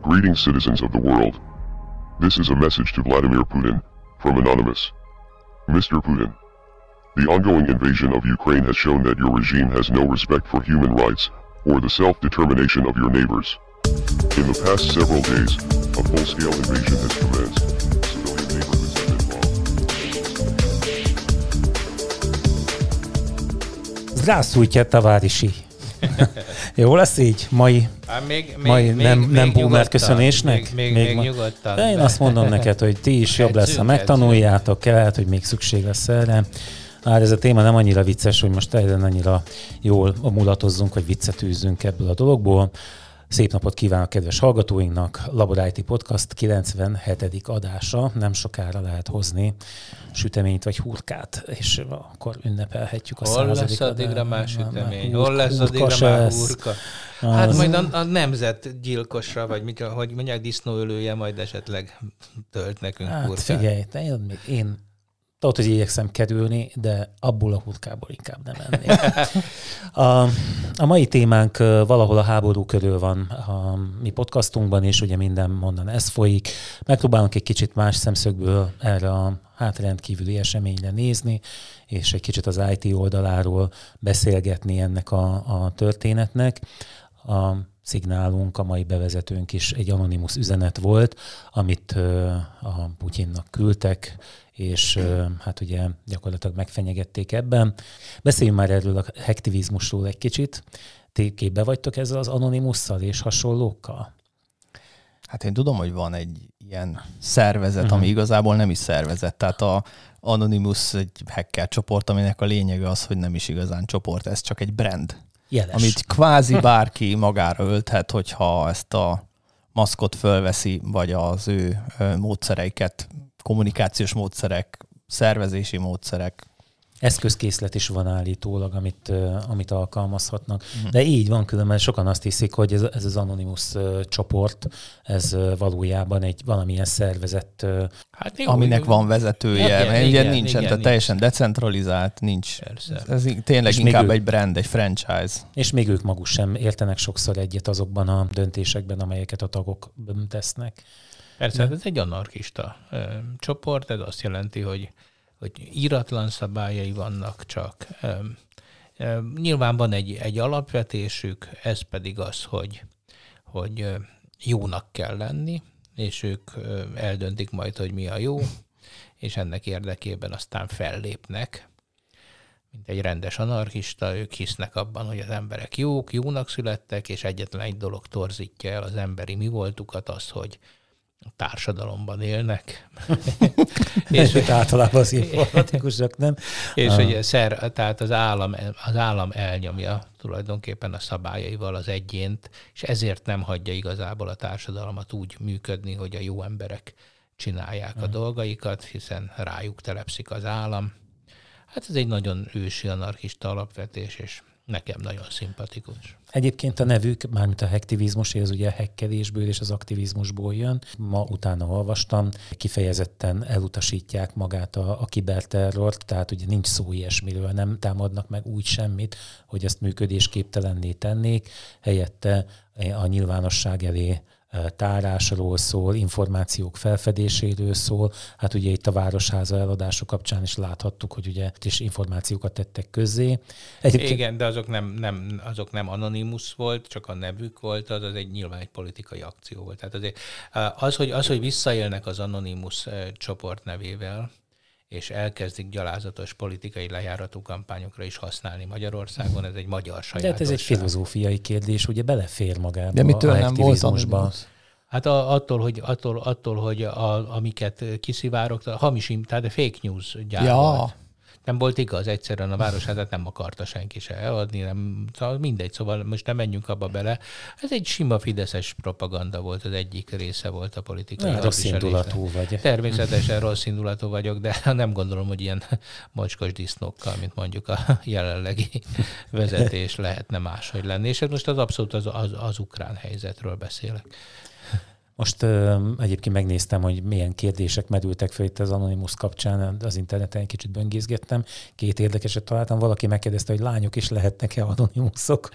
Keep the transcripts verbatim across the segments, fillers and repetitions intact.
Greetings, citizens of the world. This is a message to Vladimir Putin, from Anonymous. Mister Putin, the ongoing invasion of Ukraine has shown that your regime has no respect for human rights or the self-determination of your neighbors. In the past several days, a full-scale invasion has commenced. Civilian neighborhoods have been bombed. Здравствуйте, товарищи! Jó lesz így? Mai, hát még, mai még, nem, még, nem még boomer köszönésnek? Még, még, még ma... nyugodtan. De én azt mondom neked, hogy ti is jobb lesz, ha megtanuljátok, lehet, hogy még szükség lesz erre. Hát ez a téma nem annyira vicces, hogy most teljesen annyira jól mulatozzunk, hogy viccet űzzünk ebből a dologból. Szép napot kívánok kedves hallgatóinknak! Labor i té Podcast kilencvenhetedik adása. Nem sokára lehet hozni süteményt vagy hurkát, és akkor ünnepelhetjük a Hol századik lesz addigra már sütemény? Hur, Hol lesz addigra már lesz. hurka? Hát Az... majd a, a nemzetgyilkosra, vagy mit, hogy mondják, disznóölője majd esetleg tölt nekünk hát hurkát. Figyelj, te én, én tudod, hogy igyekszem kerülni, de abból a hurkából inkább nem ennék. a, a mai témánk valahol a háború körül van a mi podcastunkban, és ugye minden mondan ez folyik. Megpróbálunk egy kicsit más szemszögből erre a hát rendkívüli eseményre nézni, és egy kicsit az i té oldaláról beszélgetni ennek a, a történetnek. A szignálunk, a mai bevezetőnk is egy anonimus üzenet volt, amit a Putyinnak küldtek, és hát ugye gyakorlatilag megfenyegették ebben. Beszéljünk már erről a hektivizmusról egy kicsit. Ti képbe vagytok ezzel az anonimusszal és hasonlókkal? Hát én tudom, hogy van egy ilyen szervezet, uh-huh. ami igazából nem is szervezet. Tehát a Anonymous egy hacker csoport, aminek a lényege az, hogy nem is igazán csoport, ez csak egy brand. Jeles. Amit kvázi bárki magára ölthet, hogyha ezt a maszkot fölveszi, vagy az ő módszereiket, kommunikációs módszerek, szervezési módszerek. Eszközkészlet is van állítólag, amit, amit alkalmazhatnak. Uh-huh. De így van különben, sokan azt hiszik, hogy ez, ez az Anonymous csoport, ez valójában egy valamilyen szervezet. Hát jó, aminek jó. van vezetője, igen, mert igen, nincsen, igen, tehát teljesen decentralizált, nincs. Persze. Ez tényleg és inkább ő, egy brand, egy franchise. És még ők maguk sem értenek sokszor egyet azokban a döntésekben, amelyeket a tagok tesznek. Persze, hát ez egy anarchista ö, csoport, ez azt jelenti, hogy hogy íratlan szabályai vannak csak. Ö, ö, nyilván van egy, egy alapvetésük, ez pedig az, hogy, hogy ö, jónak kell lenni, és ők ö, eldöntik majd, hogy mi a jó, és ennek érdekében aztán fellépnek. Mint egy rendes anarchista, ők hisznek abban, hogy az emberek jók, jónak születtek, és egyetlen egy dolog torzítja el az emberi mi voltukat, az, hogy a társadalomban élnek. és hogy általában az informatikusok, nem? És ah. hogy szer, tehát az állam, az állam elnyomja tulajdonképpen a szabályaival az egyént, és ezért nem hagyja igazából a társadalmat úgy működni, hogy a jó emberek csinálják hmm. a dolgaikat, hiszen rájuk telepszik az állam. Hát ez egy nagyon ősi anarchista alapvetés, és nekem nagyon szimpatikus. Egyébként a nevük, mármint a hektivizmus, ez ugye a hekkelésből és az aktivizmusból jön. Ma utána olvastam, kifejezetten elutasítják magát a, a kiberterrort, tehát ugye nincs szó ilyesmiről, nem támadnak meg úgy semmit, hogy ezt működésképtelenné tennék. Helyette a nyilvánosság elé tárásról szól, információk felfedéséről szól. Hát ugye itt a Városháza eladások kapcsán is láthattuk, hogy ugye is információkat tettek közzé. Egyébként... Igen, de azok nem, nem, azok nem anonimus volt, csak a nevük volt, az, az egy nyilván egy politikai akció volt. Tehát azért az, hogy, az, hogy visszaélnek az Anonymous csoport nevével, és elkezdik gyalázatos politikai lejáratú kampányokra is használni Magyarországon, ez egy magyar sajátosság. De hát ez egy filozófiai kérdés, ugye belefér magába. De mitől a nem volt Anonymous? Hát a, attól, hogy, attól, attól, hogy a, amiket kiszivárogtak, hamis, tehát fake news gyár ja. volt. Nem volt igaz, egyszerűen a Városházát nem akarta senki se eladni, nem, szóval mindegy, szóval most nem menjünk abba bele. Ez egy sima fideszes propaganda volt, az egyik része volt a politikai. Na, rossz indulatú vagy. Természetesen rossz indulatú vagyok, de nem gondolom, hogy ilyen mocskos disznókkal, mint mondjuk a jelenlegi vezetés lehetne máshogy lenni. És most az abszolút az, az, az ukrán helyzetről beszélek. Most uh, egyébként megnéztem, hogy milyen kérdések merültek fel itt az Anonymous kapcsán, az interneten egy kicsit böngészgettem. Két érdekeset találtam. Valaki megkérdezte, hogy lányok is lehetnek-e anonymusok.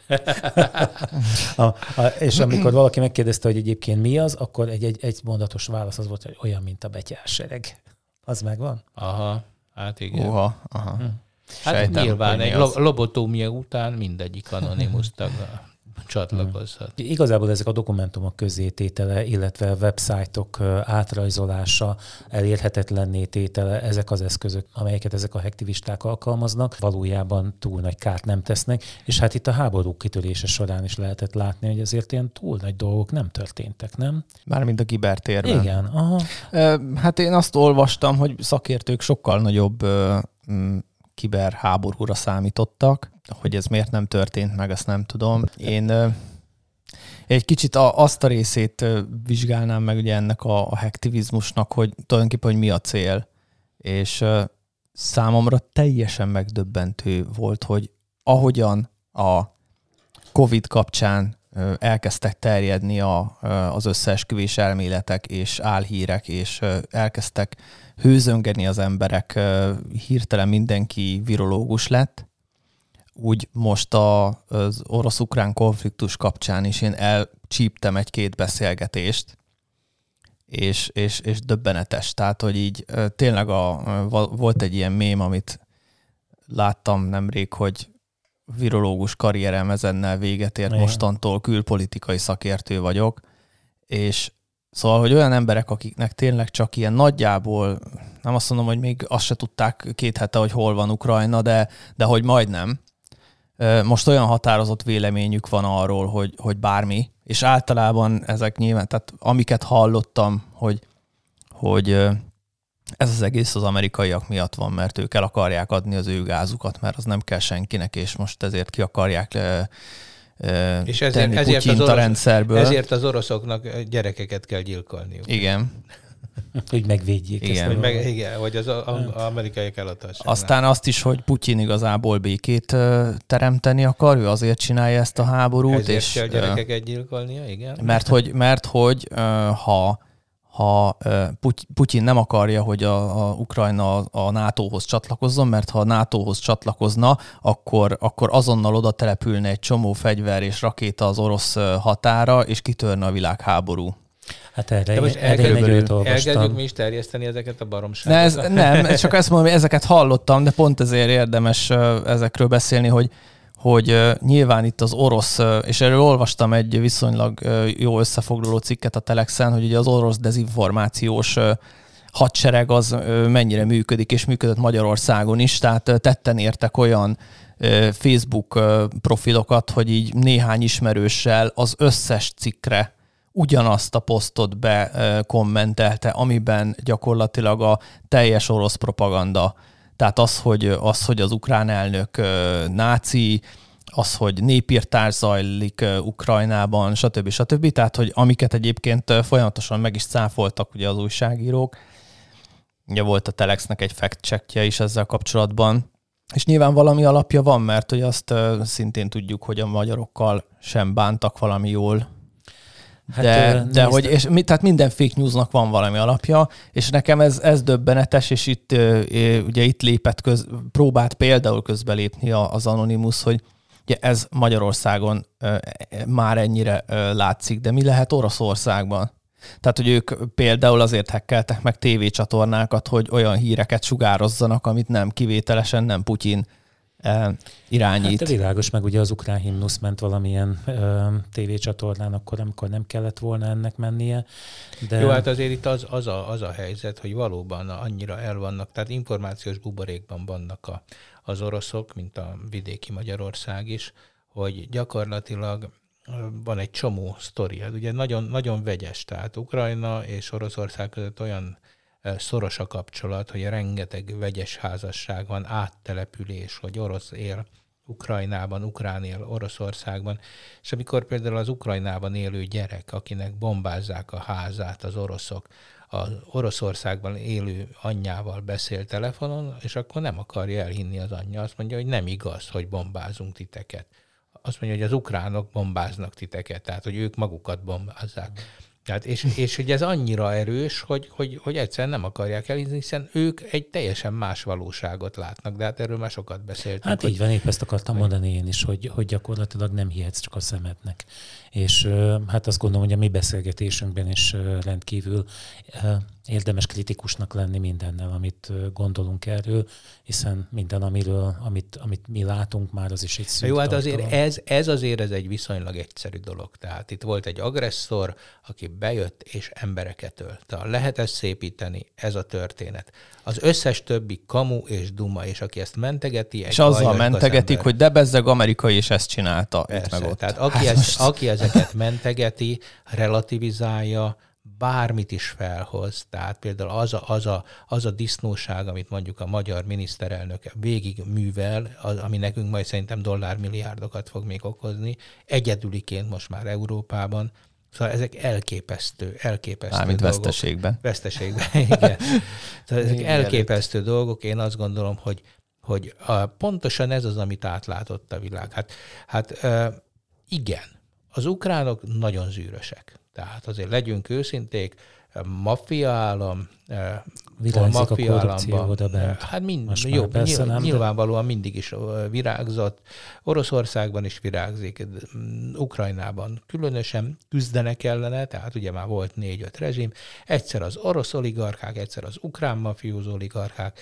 a, a, és amikor valaki megkérdezte, hogy egyébként mi az, akkor egy, egy, egy mondatos válasz az volt, hogy olyan, mint a betyársereg. Az megvan? Aha, hát igen. Uha, aha. Hm. Hát Sejtem, nyilván egy az. lobotómia után mindegyik Anonymous tag csatlakozhat. Igazából ezek a dokumentumok közzététele, illetve websájtok átrajzolása, elérhetetlenné tétele, ezek az eszközök, amelyeket ezek a aktivisták alkalmaznak, valójában túl nagy kárt nem tesznek, és hát itt a háború kitörése során is lehetett látni, hogy azért ilyen túl nagy dolgok nem történtek, nem? Mármint a kibertérben. Igen, aha. Hát én azt olvastam, hogy szakértők sokkal nagyobb kiberháborúra számítottak, hogy ez miért nem történt meg, azt nem tudom. Én egy kicsit azt a részét vizsgálnám meg ugye ennek a hacktivizmusnak, hogy tulajdonképpen, hogy mi a cél. És számomra teljesen megdöbbentő volt, hogy ahogyan a Covid kapcsán elkezdtek terjedni a, az összeesküvés elméletek és álhírek, és elkezdtek hőzöngeni az emberek, hirtelen mindenki virológus lett, úgy most a, az orosz-ukrán konfliktus kapcsán is én elcsíptem egy-két beszélgetést, és, és, és döbbenetes. Tehát, hogy így tényleg a, volt egy ilyen mém, amit láttam nemrég, hogy virológus karrierem ezennel véget ért, igen, mostantól külpolitikai szakértő vagyok, és szóval, hogy olyan emberek, akiknek tényleg csak ilyen nagyjából, nem azt mondom, hogy még azt se tudták két hete, hogy hol van Ukrajna, de, de hogy majdnem, most olyan határozott véleményük van arról, hogy, hogy bármi, és általában ezek nyilván, tehát amiket hallottam, hogy, hogy ez az egész az amerikaiak miatt van, mert ők el akarják adni az ő gázukat, mert az nem kell senkinek, és most ezért ki akarják le, és ezért, tenni ezért Putyint az orosz, a rendszerből. Ezért az oroszoknak gyerekeket kell gyilkolniuk. Igen. Hogy megvédjék igen. Ezt. Hogy meg, igen, hogy az a, a, amerikaiak eladhassák. Aztán azt is, hogy Putyin igazából békét teremteni akar, ő azért csinálja ezt a háborút. Ezért és kell gyerekeket gyilkolnia, igen. Mert hogy, mert hogy ha ha Putyin nem akarja, hogy a, a Ukrajna a nátóhoz csatlakozzon, mert ha a nátóhoz csatlakozna, akkor, akkor azonnal oda települne egy csomó fegyver és rakéta az orosz határa, és kitörne a világháború. Hát erre, de most erre én egy olyat olvastam. Elkezdjük mi is terjeszteni ezeket a baromságokat. Ne, ez, nem, csak ezt mondom, hogy ezeket hallottam, de pont ezért érdemes ezekről beszélni, hogy hogy nyilván itt az orosz, és erről olvastam egy viszonylag jó összefoglaló cikket a Telexen, hogy ugye az orosz dezinformációs hadsereg az mennyire működik, és működött Magyarországon is, tehát tetten értek olyan Facebook profilokat, hogy így néhány ismerőssel az összes cikkre ugyanazt a posztot bekommentelte, amiben gyakorlatilag a teljes orosz propaganda. Tehát az, hogy az, hogy az ukrán elnök uh, náci, az, hogy népírtás zajlik uh, Ukrajnában, stb. stb. Tehát, hogy amiket egyébként uh, folyamatosan meg is cáfoltak ugye az újságírók. Ugye volt a Telexnek egy fact-checkje is ezzel kapcsolatban. És nyilván valami alapja van, mert hogy azt uh, szintén tudjuk, hogy a magyarokkal sem bántak valami jól. Hát, de, de hogy, és, tehát minden fake newsnak van valami alapja, és nekem ez, ez döbbenetes, és itt ugye itt lépett, köz, próbált például közbelépni az Anonymous, hogy ugye ez Magyarországon már ennyire látszik, de mi lehet Oroszországban? Tehát, hogy ők például azért hackeltek meg tévécsatornákat, hogy olyan híreket sugározzanak, amit nem kivételesen, nem Putyin irányít. Hát világos, meg ugye az ukrán himnusz ment valamilyen ö, tévécsatornán, akkor, amikor nem kellett volna ennek mennie. De... Jó, hát azért itt az, az, a, az a helyzet, hogy valóban annyira el vannak, tehát információs buborékban vannak a, az oroszok, mint a vidéki Magyarország is, hogy gyakorlatilag van egy csomó sztori. Ugye nagyon, nagyon vegyes, tehát Ukrajna és Oroszország között olyan szoros a kapcsolat, hogy rengeteg vegyes házasság van, áttelepülés, hogy orosz él Ukrajnában, ukrán él Oroszországban, és amikor például az Ukrajnában élő gyerek, akinek bombázzák a házát az oroszok, az Oroszországban élő anyjával beszél telefonon, és akkor nem akarja elhinni az anyja, azt mondja, hogy nem igaz, hogy bombázunk titeket. Azt mondja, hogy az ukránok bombáznak titeket, tehát hogy ők magukat bombázzák. Tehát és, és hogy ez annyira erős, hogy, hogy, hogy egyszerűen nem akarják elhinni, hiszen ők egy teljesen más valóságot látnak, de hát erről már sokat beszéltünk. Hát így van, épp ezt akartam hogy... mondani én is, hogy, hogy gyakorlatilag nem hihetsz csak a szemednek. És hát azt gondolom, hogy a mi beszélgetésünkben is rendkívül érdemes kritikusnak lenni mindennel, amit gondolunk erről, hiszen minden, amiről, amit, amit mi látunk már, az is egy szűk Jó, hát tartalom. azért ez, ez azért ez egy viszonylag egyszerű dolog. Tehát itt volt egy agresszor, aki bejött és embereket ölt. Lehet ezt szépíteni, ez a történet. Az összes többi kamu és duma, és aki ezt mentegeti... És azzal mentegetik, hogy de bezzeg amerikai, és ezt csinálta. Persze, itt meg ott. Tehát aki, hát ezt, most... aki ezeket mentegeti, relativizálja, bármit is felhoz. Tehát például az a, az, a, az a disznóság, amit mondjuk a magyar miniszterelnök végig művel, az, ami nekünk majd szerintem dollármilliárdokat fog még okozni, egyedüliként most már Európában. Szóval ezek elképesztő, elképesztő Mármint dolgok. veszteségben. Veszteségben, igen. Szóval ezek elképesztő előtt. dolgok. Én azt gondolom, hogy, hogy a, pontosan ez az, amit átlátott a világ. Hát, hát igen, az ukránok nagyon zűrösek. Tehát azért legyünk őszinték, maffia állam, maffia államban, hát mind, jó, nyilván, nyilvánvalóan mindig is virágzott, Oroszországban is virágzik, Ukrajnában különösen küzdenek ellene, tehát ugye már volt négy-öt rezsim, egyszer az orosz oligarchák, egyszer az ukrán mafiózó oligarchák,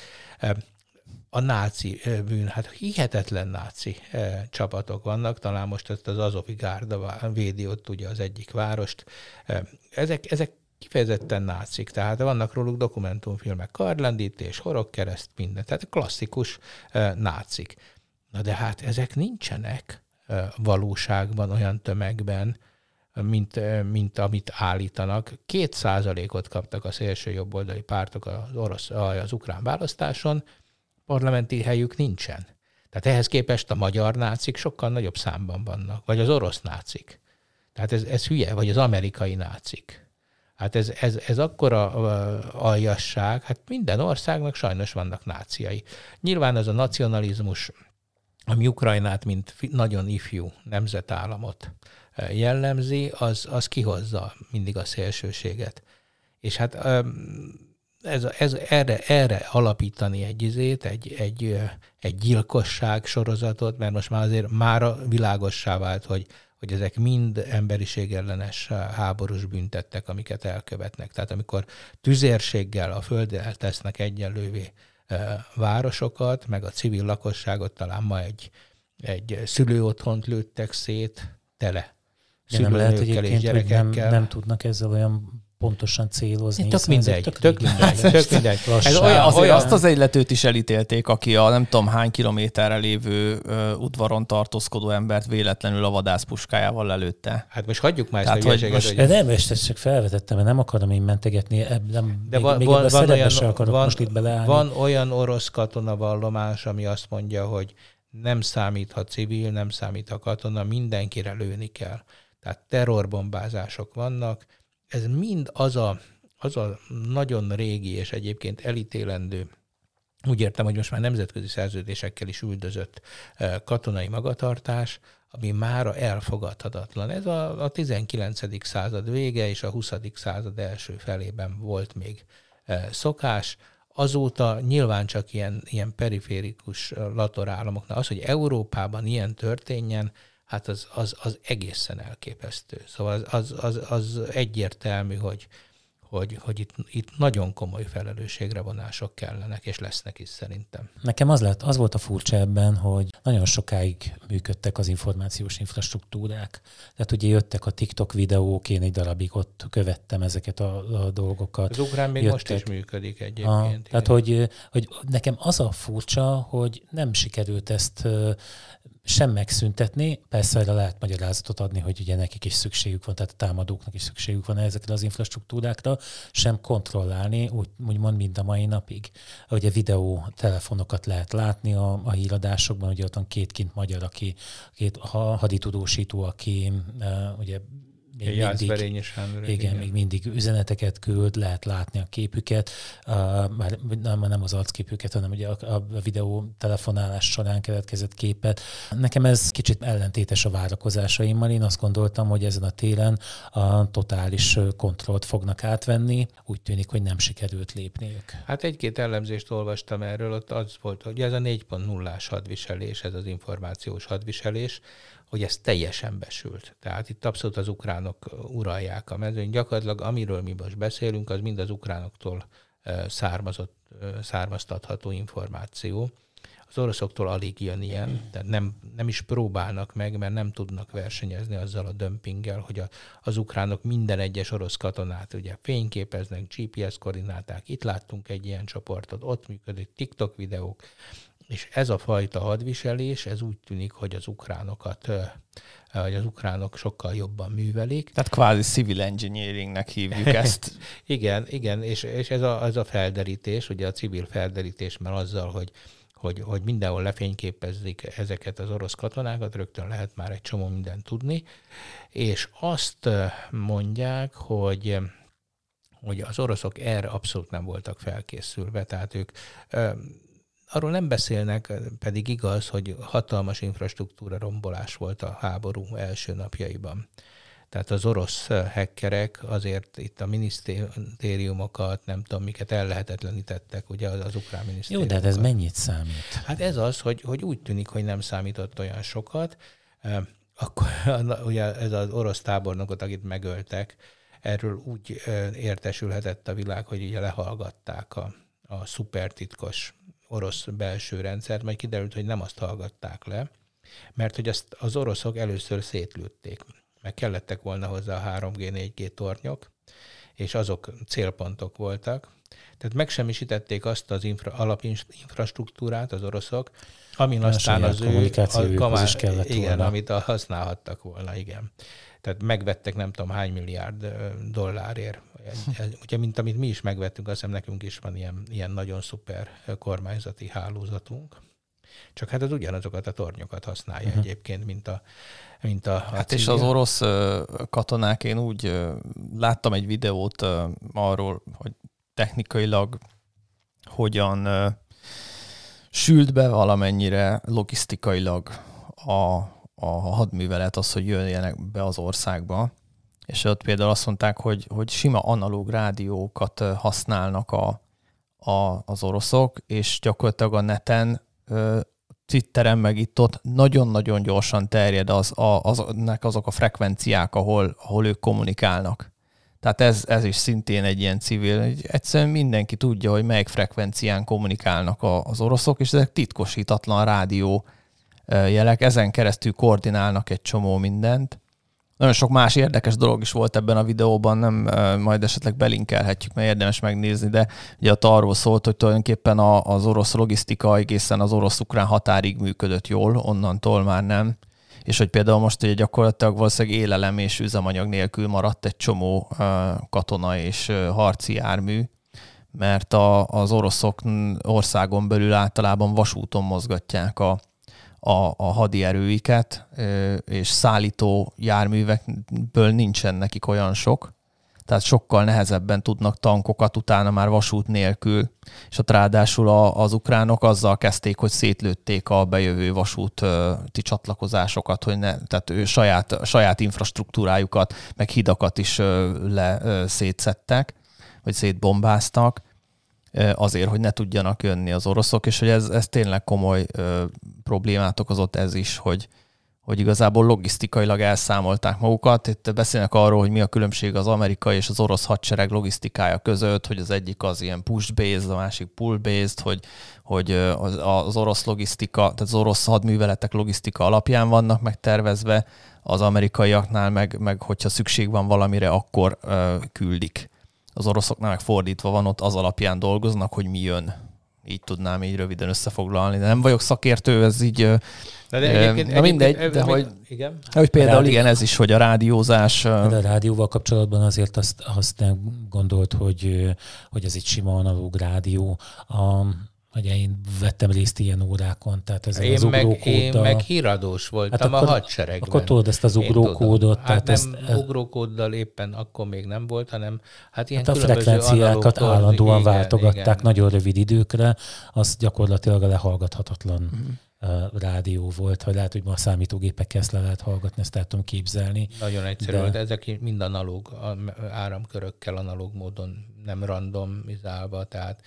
a náci bűn, hát hihetetlen náci csapatok vannak, talán most az Azovi Gárda védi ott ugye az egyik várost. Ezek, ezek kifejezetten nácik, tehát vannak róluk dokumentumfilmek, karlandítés, horogkereszt, minden, tehát klasszikus nácik. Na de hát ezek nincsenek valóságban olyan tömegben, mint, mint amit állítanak. Két százalékot kaptak a szélső jobboldali pártok az, orosz, az ukrán választáson, parlamenti helyük nincsen. Tehát ehhez képest a magyar nácik sokkal nagyobb számban vannak, vagy az orosz nácik. Tehát ez, ez hülye, vagy az amerikai nácik. Hát ez, ez, ez akkora aljasság, hát minden országnak sajnos vannak náciai. Nyilván ez a nacionalizmus, ami Ukrajnát, mint nagyon ifjú nemzetállamot jellemzi, az, az kihozza mindig a szélsőséget. És hát ez, ez, erre, erre alapítani egy izét, egy, egy, egy gyilkosság sorozatot, mert most már azért mára világossá vált, hogy, hogy ezek mind emberiségellenes háborús büntettek, amiket elkövetnek. Tehát amikor tüzérséggel a földdel tesznek egyenlővé városokat, meg a civil lakosságot, talán ma egy, egy szülőotthont lőttek szét, tele szülőnőkkel és gyerekekkel. Nem, nem tudnak ezzel olyan pontosan célozni. Tök mindegy, tök, tök mindegy, tök mindegy. Ez olyan, azért olyan... azt az egyletőt is elítélték, aki a nem tudom hány kilométerre lévő ö, udvaron tartózkodó embert véletlenül a vadászpuskájával lelőtte. Hát most hagyjuk már ezt Tehát, a hülyeséget. Most, hogy... Nem, ezt csak felvetettem, mert nem akarom én mentegetni, nem, de még, van, még van, ebben a szerepbe se akarok van, most itt beleállni. Van olyan orosz katonavallomás, ami azt mondja, hogy nem számít, ha civil, nem számít, ha katona, mindenkire lőni kell. Tehát terrorbombázások vannak. Ez mind az a, az a nagyon régi és egyébként elítélendő, úgy értem, hogy most már nemzetközi szerződésekkel is üldözött katonai magatartás, ami mára elfogadhatatlan. Ez a, a tizenkilencedik század vége és a huszadik század első felében volt még szokás. Azóta nyilván csak ilyen, ilyen periférikus latorállamoknál az, hogy Európában ilyen történjen, hát az, az, az egészen elképesztő. Szóval az, az, az egyértelmű, hogy, hogy, hogy itt, itt nagyon komoly felelősségre vonások kellenek, és lesznek is szerintem. Nekem az, lett, az volt a furcsa ebben, hogy nagyon sokáig működtek az információs infrastruktúrák. Tehát ugye jöttek a TikTok videók, én egy darabig ott követtem ezeket a, a dolgokat. Az ukrán még jöttek. Most is működik egyébként. A, tehát, hogy, hogy nekem az a furcsa, hogy nem sikerült ezt sem megszüntetni, persze erre lehet magyarázatot adni, hogy ugye nekik is szükségük van, tehát a támadóknak is szükségük van ezekre az infrastruktúrákra, sem kontrollálni, úgy, úgymond mind a mai napig. Ugye videó telefonokat lehet látni a, a híradásokban, ugye ott van két kint magyar, aki két haditudósító, aki uh, ugye még mindig, igen, igen, még mindig üzeneteket küld, lehet látni a képüket, uh, már nem, nem az arcképüket, hanem ugye a, a videó telefonálás során keletkezett képet. Nekem ez kicsit ellentétes a várakozásaimmal. Én azt gondoltam, hogy ezen a télen a totális kontrollt fognak átvenni. Úgy tűnik, hogy nem sikerült lépniük. Hát egy-két elemzést olvastam erről, ott az volt, hogy ez a négy pont nullás hadviselés, ez az információs hadviselés, hogy ez teljesen besült. Tehát itt abszolút az ukránok uralják a mezőn. Gyakorlatilag amiről mi most beszélünk, az mind az ukránoktól származott, származtatható információ. Az oroszoktól alig jön ilyen, tehát nem, nem is próbálnak meg, mert nem tudnak versenyezni azzal a dömpinggel, hogy a, az ukránok minden egyes orosz katonát ugye fényképeznek, gé pé es koordináták. Itt láttunk egy ilyen csoportot, ott működik TikTok videók, és ez a fajta hadviselés, ez úgy tűnik, hogy az ukránokat, hogy az ukránok sokkal jobban művelik. Tehát kvázi civil engineeringnek hívjuk ezt. igen, igen, és, és ez a, az a felderítés, ugye a civil felderítés, mert azzal, hogy, hogy, hogy mindenhol lefényképezik ezeket az orosz katonákat, rögtön lehet már egy csomó mindent tudni, és azt mondják, hogy hogy az oroszok erre abszolút nem voltak felkészülve, tehát ők arról nem beszélnek, pedig igaz, hogy hatalmas infrastruktúra rombolás volt a háború első napjaiban. Tehát az orosz hackerek azért itt a minisztériumokat, nem tudom, miket ellehetetlenítettek, ugye az, az ukrán minisztériumokat. Jó, de hát ez mennyit számít? Hát ez az, hogy, hogy úgy tűnik, hogy nem számított olyan sokat. Akkor ugye ez az orosz tábornokot, akit megöltek, erről úgy értesülhetett a világ, hogy ugye lehallgatták a, a szupertitkos orosz belső rendszert, majd kiderült, hogy nem azt hallgatták le, mert hogy azt az oroszok először szétlőtték, meg kellettek volna hozzá a három gé, négy gé tornyok, és azok célpontok voltak. Tehát megsemmisítették azt az infra, alapinfrastruktúrát az oroszok, amin aztán az ő a kamá, is kellett igen, volna. Amit használhattak volna, igen. Tehát megvettek nem tudom hány milliárd dollárért. Ugye, mint amit mi is megvettünk, azt hiszem nekünk is van ilyen, ilyen nagyon szuper kormányzati hálózatunk. Csak hát az ugyanazokat a tornyokat használja uh-huh. egyébként, mint a mint a, a Hát és az orosz katonák, én úgy láttam egy videót arról, hogy technikailag hogyan sült be valamennyire logisztikailag a, a hadművelet, az, hogy jöjjenek be az országba. És ott például azt mondták, hogy, hogy sima analóg rádiókat használnak a, a, az oroszok, és gyakorlatilag a neten, Twitteren meg itt ott nagyon-nagyon gyorsan terjed az, a, az, azok a frekvenciák, ahol, ahol ők kommunikálnak. Tehát ez, ez is szintén egy ilyen civil. Egyszerűen mindenki tudja, hogy melyik frekvencián kommunikálnak a, az oroszok, és ezek titkosítatlan rádió jelek. Ezen keresztül koordinálnak egy csomó mindent. Nagyon sok más érdekes dolog is volt ebben a videóban, nem majd esetleg belinkelhetjük, mert érdemes megnézni, de ugye ott arról szólt, hogy tulajdonképpen az orosz logisztika egészen az orosz-ukrán határig működött jól, onnantól már nem. És hogy például most ugye gyakorlatilag valószínűleg élelem és üzemanyag nélkül maradt egy csomó katona és harci jármű, mert a, az oroszok országon belül általában vasúton mozgatják a A, a hadierőiket, és szállító járművekből nincsen nekik olyan sok, tehát sokkal nehezebben tudnak tankokat utána már vasút nélkül, és ott ráadásul az ukránok azzal kezdték, hogy szétlőtték a bejövő vasúti csatlakozásokat, hogy ne, tehát ő saját, saját infrastruktúrájukat, meg hidakat is le szétszedtek, vagy szétbombáztak, azért, hogy ne tudjanak jönni az oroszok, és hogy ez, ez tényleg komoly ö, problémát okozott ez is, hogy, hogy igazából logisztikailag elszámolták magukat. Itt beszélnek arról, hogy mi a különbség az amerikai és az orosz hadsereg logisztikája között, hogy az egyik az ilyen push-based, a másik pull-based, hogy, hogy az, az orosz logisztika, tehát az orosz hadműveletek logisztika alapján vannak megtervezve, az amerikaiaknál meg, meg hogyha szükség van valamire, akkor ö, küldik. Az oroszoknál meg fordítva van, ott az alapján dolgoznak, hogy mi jön. Így tudnám így röviden összefoglalni. De nem vagyok szakértő, ez így... De, de egyébként, na mindegy, egyébként, de hogy, igen. hogy például rádió, igen, ez is, hogy a rádiózás... De a rádióval kapcsolatban azért azt, azt nem gondolt, hogy, hogy ez egy sima analóg rádió. A, hogy én vettem részt ilyen órákon, tehát ez én az ugrókóddal. Meg, én meg híradós voltam hát akkor, a hadseregben. Akkor tudod ezt az ugrókódot. Hát tehát nem ezt, ugrókóddal éppen akkor még nem volt, hanem hát ilyen hát a különböző frekvenciákat analóg, állandóan igen, váltogatták igen. nagyon rövid időkre, az gyakorlatilag a lehallgathatatlan mm. rádió volt, vagy lehet, hogy ma a számítógépekkel ezt le lehet hallgatni, ezt el tudom képzelni. Nagyon egyszerű de... volt. Ezek mind analóg, áramkörökkel analóg módon, nem randomizálva, tehát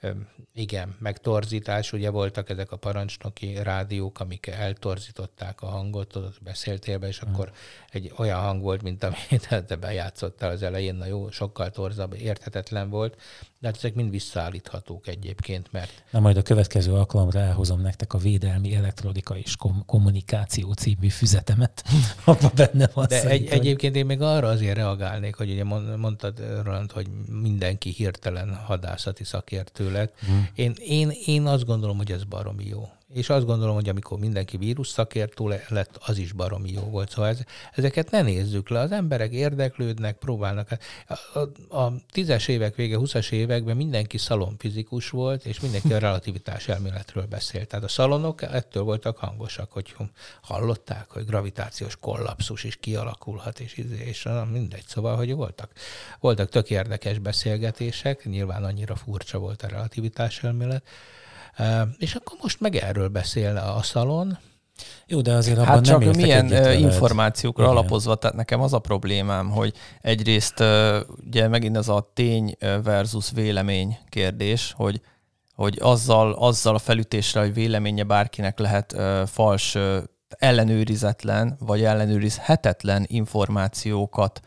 igen, meg torzítás, ugye voltak ezek a parancsnoki rádiók, amik eltorzították a hangot, ott beszéltél be, és hmm. akkor egy olyan hang volt, mint amit te bejátszottál az elején, na jó, sokkal torzabb, érthetetlen volt, de hát ezek mind visszaállíthatók egyébként, mert... Na majd a következő alkalomra elhozom nektek a Védelmi Elektronika és Kom- Kommunikáció című füzetemet, abban benne van. De egy, egyébként én még arra azért reagálnék, hogy ugye mondtad, Roland, hogy mindenki hirtelen hadászati szakértő lett. Hmm. Én, én, én azt gondolom, hogy ez baromi jó. És azt gondolom, hogy amikor mindenki vírus szakértő lett, az is baromi jó volt. Szóval ez, ezeket ne nézzük le. Az emberek érdeklődnek, próbálnak. A, a, a tízes évek vége, huszas években mindenki szalonfizikus volt, és mindenki a relativitás elméletről beszélt. Tehát a szalonok ettől voltak hangosak, hogy hallották, hogy gravitációs kollapszus is kialakulhat, és, és mindegy. Szóval, hogy voltak, voltak tök érdekes beszélgetések, nyilván annyira furcsa volt a relativitás elmélet. Uh, és akkor most meg erről beszél a szalon. Jó, de azért abban hát nem csak milyen egyet információkra veled. alapozva, tehát nekem az a problémám, hogy egyrészt ugye megint ez a tény versus vélemény kérdés, hogy, hogy azzal, azzal a felütésre, hogy véleménye bárkinek lehet fals, ellenőrizetlen vagy ellenőrizhetetlen információkat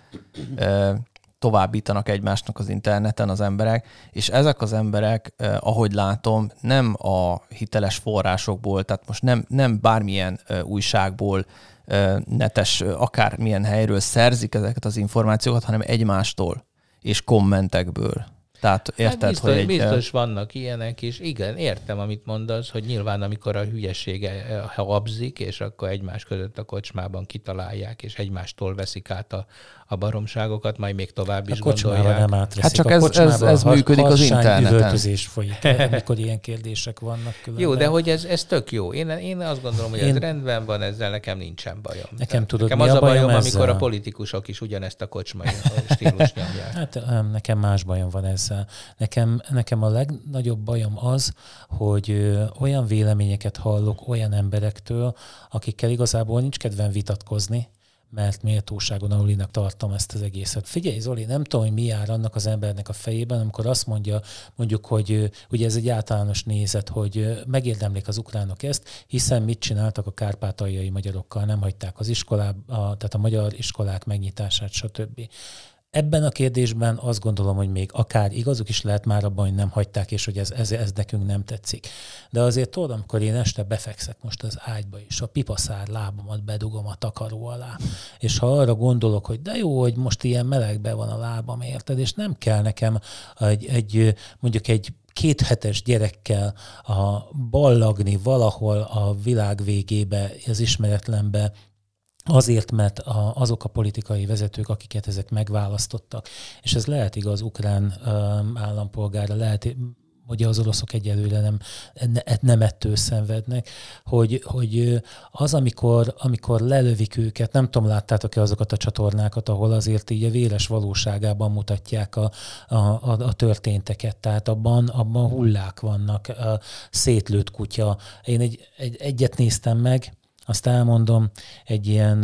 továbbítanak egymásnak az interneten az emberek, és ezek az emberek, eh, ahogy látom, nem a hiteles forrásokból, tehát most nem, nem bármilyen eh, újságból, eh, netes, eh, akármilyen helyről szerzik ezeket az információkat, hanem egymástól és kommentekből. Tehát érted, hát biztos, hogy egy... biztos vannak ilyenek is. Igen, értem, amit mondasz, hogy nyilván amikor a hülyesége habzik, és akkor egymás között a kocsmában kitalálják, és egymástól veszik át a, a baromságokat, majd még tovább is a gondolják. Nem átveszik. Hát csak a ez, ez, ez működik az interneten. Üvöltözés folyik, amikor ilyen kérdések vannak különben. Jó, de hogy ez, ez tök jó. Én, én azt gondolom, hogy én... ez rendben van, ezzel nekem nincsen bajom. Nekem, Tehát tudod, nekem mi az a a bajom, bajom amikor ezzel? a politikusok is ugyanezt a kocsmai stílust nyomják. Hát nekem más bajom van ezzel. Nekem, nekem a legnagyobb bajom az, hogy olyan véleményeket hallok olyan emberektől, akikkel igazából nincs kedvem vitatkozni, mert méltóságon alulinak tartom ezt az egészet. Figyelj, Zoli, nem tudom, hogy mi jár annak az embernek a fejében, amikor azt mondja, mondjuk, hogy ugye ez egy általános nézet, hogy megérdemlik az ukránok ezt, hiszen mit csináltak a kárpátaljai magyarokkal, nem hagyták az iskolát, tehát a magyar iskolák megnyitását, stb. Ebben a kérdésben azt gondolom, hogy még akár igazuk is lehet már abban, hogy nem hagyták, és hogy ez, ez, ez nekünk nem tetszik. De azért tudod, amikor én este befekszek most az ágyba, és a pipaszár lábamat bedugom a takaró alá, és ha arra gondolok, hogy de jó, hogy most ilyen melegben van a lábam, érted, és nem kell nekem egy, egy mondjuk egy két hetes gyerekkel a ballagni valahol a világ végébe, az ismeretlenbe, azért, mert a, azok a politikai vezetők, akiket ezek megválasztottak, és ez lehet igaz ukrán um, állampolgára, lehet, hogy az oroszok egyelőre nem, nem ettől szenvednek, hogy, hogy az, amikor, amikor lelövik őket, nem tudom, láttátok-e azokat a csatornákat, ahol azért így a véres valóságában mutatják a, a, a, a történteket, tehát abban, abban hullák vannak, a szétlőtt kutya. Én egy, egy, egyet néztem meg, azt elmondom, egy ilyen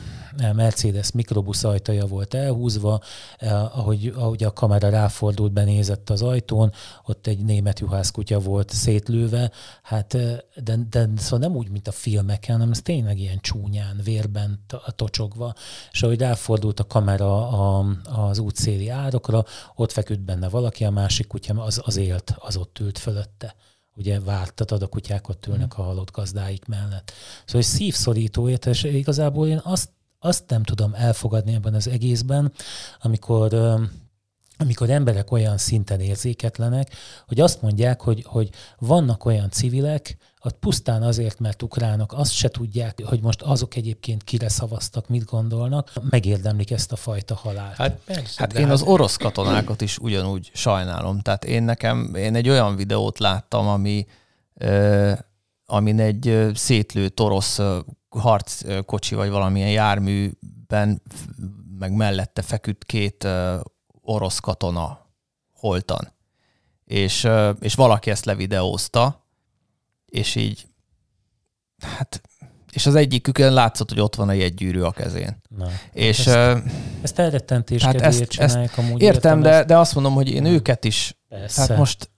Mercedes mikrobusz ajtaja volt elhúzva, ahogy, ahogy a kamera ráfordult, benézett az ajtón, ott egy német juhászkutya volt szétlőve, hát de, de szóval nem úgy, mint a filmeken, hanem ez tényleg ilyen csúnyán, vérben tocsogva, és ahogy ráfordult a kamera a, az útszéli árokra, ott feküdt benne valaki, a másik kutya az, az élt, az ott ült fölötte. Ugye vártatad, a kutyák ott ülnek a halott gazdáik mellett. Szóval szívszorító, és igazából én azt, azt nem tudom elfogadni ebben az egészben, amikor, amikor emberek olyan szinten érzéketlenek, hogy azt mondják, hogy, hogy vannak olyan civilek, az pusztán azért, mert ukránok azt se tudják, hogy most azok egyébként kire szavaztak, mit gondolnak, megérdemlik ezt a fajta halált. Hát persze. Hát én hát... az orosz katonákat is ugyanúgy sajnálom. Tehát én nekem, én egy olyan videót láttam, ami, euh, amin egy szétlőtt orosz harckocsi vagy valamilyen járműben, meg mellette feküdt két euh, orosz katona holtan. És, és valaki ezt levideózta, és így, hát, és az egyikükön látszott, hogy ott van a jegygyűrű a kezén. Na, és, ezt, ezt elrettentés hát kedvéért ezt, csinálják ezt amúgy. értem, de, ezt. de azt mondom, hogy én hmm. őket is, Persze. hát most,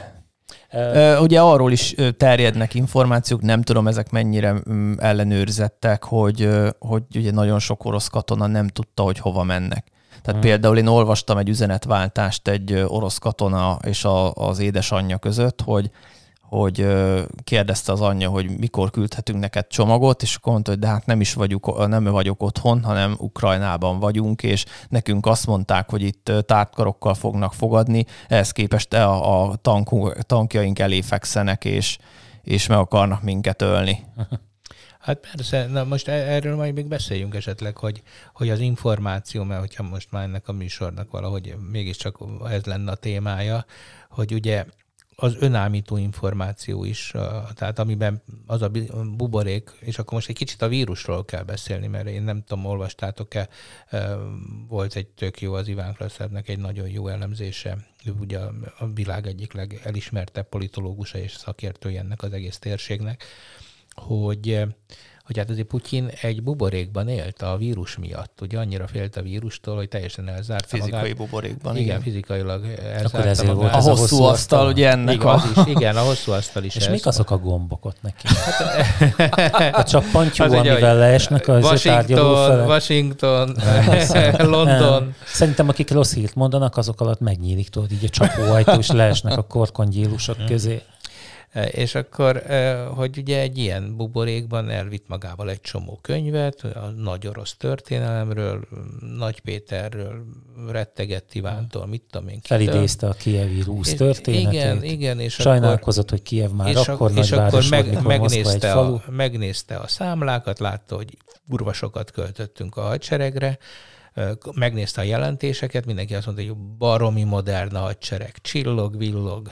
uh, ugye arról is terjednek információk, nem tudom, ezek mennyire ellenőrzettek, hogy, hogy ugye nagyon sok orosz katona nem tudta, hogy hova mennek. Tehát hmm. például én olvastam egy üzenetváltást egy orosz katona és a, az édesanyja között, hogy, hogy kérdezte az anyja, hogy mikor küldhetünk neked csomagot, és akkor mondta, hogy de hát nem is vagyok, nem vagyok otthon, hanem Ukrajnában vagyunk, és nekünk azt mondták, hogy itt tártkarokkal fognak fogadni, ehhez képest a, a tankunk, tankjaink elé fekszenek, és, és meg akarnak minket ölni. Hát persze, na most erről majd még beszéljünk esetleg, hogy, hogy az információ, mert hogyha most már ennek a műsornak valahogy mégiscsak ez lenne a témája, hogy ugye az önállító információ is, tehát amiben az a buborék, és akkor most egy kicsit a vírusról kell beszélni, mert én nem tudom, olvastátok-e, volt egy tök jó, az Iván Kraszernek egy nagyon jó elemzése, ő ugye a világ egyik legelismertebb politológusa és szakértője ennek az egész térségnek, hogy, hogy hát azért Putyin egy buborékban élt a vírus miatt. Ugye annyira félt a vírustól, hogy teljesen elzárta Fizikai magát. buborékban, igen. Igen, fizikailag elzárta magát. A hosszú, hosszú asztal, asztal, ugye ennek igen, a... Az is, igen, a hosszú asztal is. És ez. mik azok a gombok ott neki? Hát, csak pantyú, az amivel ugye, leesnek az tárgyaló felek. Washington, London. Nem. Szerintem akik rossz hírt mondanak, azok alatt megnyílik, tudod, így a csapóajtó, és leesnek a korkongyélusok közé. És akkor, hogy ugye egy ilyen buborékban elvitt magával egy csomó könyvet, a nagy orosz történelemről, Nagy Péterről, rettegett Ivántól, mit tudom én. Felidézte a kijevi rusz történetét. Igen, igen. És sajnálkozott, akkor, hogy Kijev már és akkor és nagyváros akkor volt, meg, megnézte, a, megnézte a számlákat, látta, hogy kurva sokat költöttünk a hadseregre, megnézte a jelentéseket, mindenki azt mondta, hogy baromi modern a hadsereg, csillog, villog.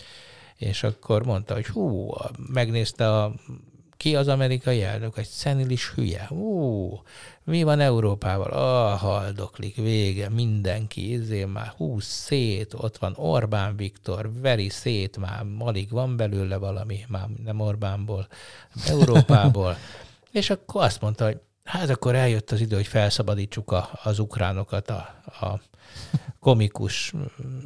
És akkor mondta, hogy hú, megnézte a, ki az amerikai elnök, egy szenilis hülye. Hú, mi van Európával? Ah, haldoklik, vége, mindenki, ezért már húsz szét, ott van Orbán Viktor, veri szét, már alig van belőle valami, már nem Orbánból, Európából. És akkor azt mondta, hogy hát akkor eljött az idő, hogy felszabadítsuk a, az ukránokat a, a komikus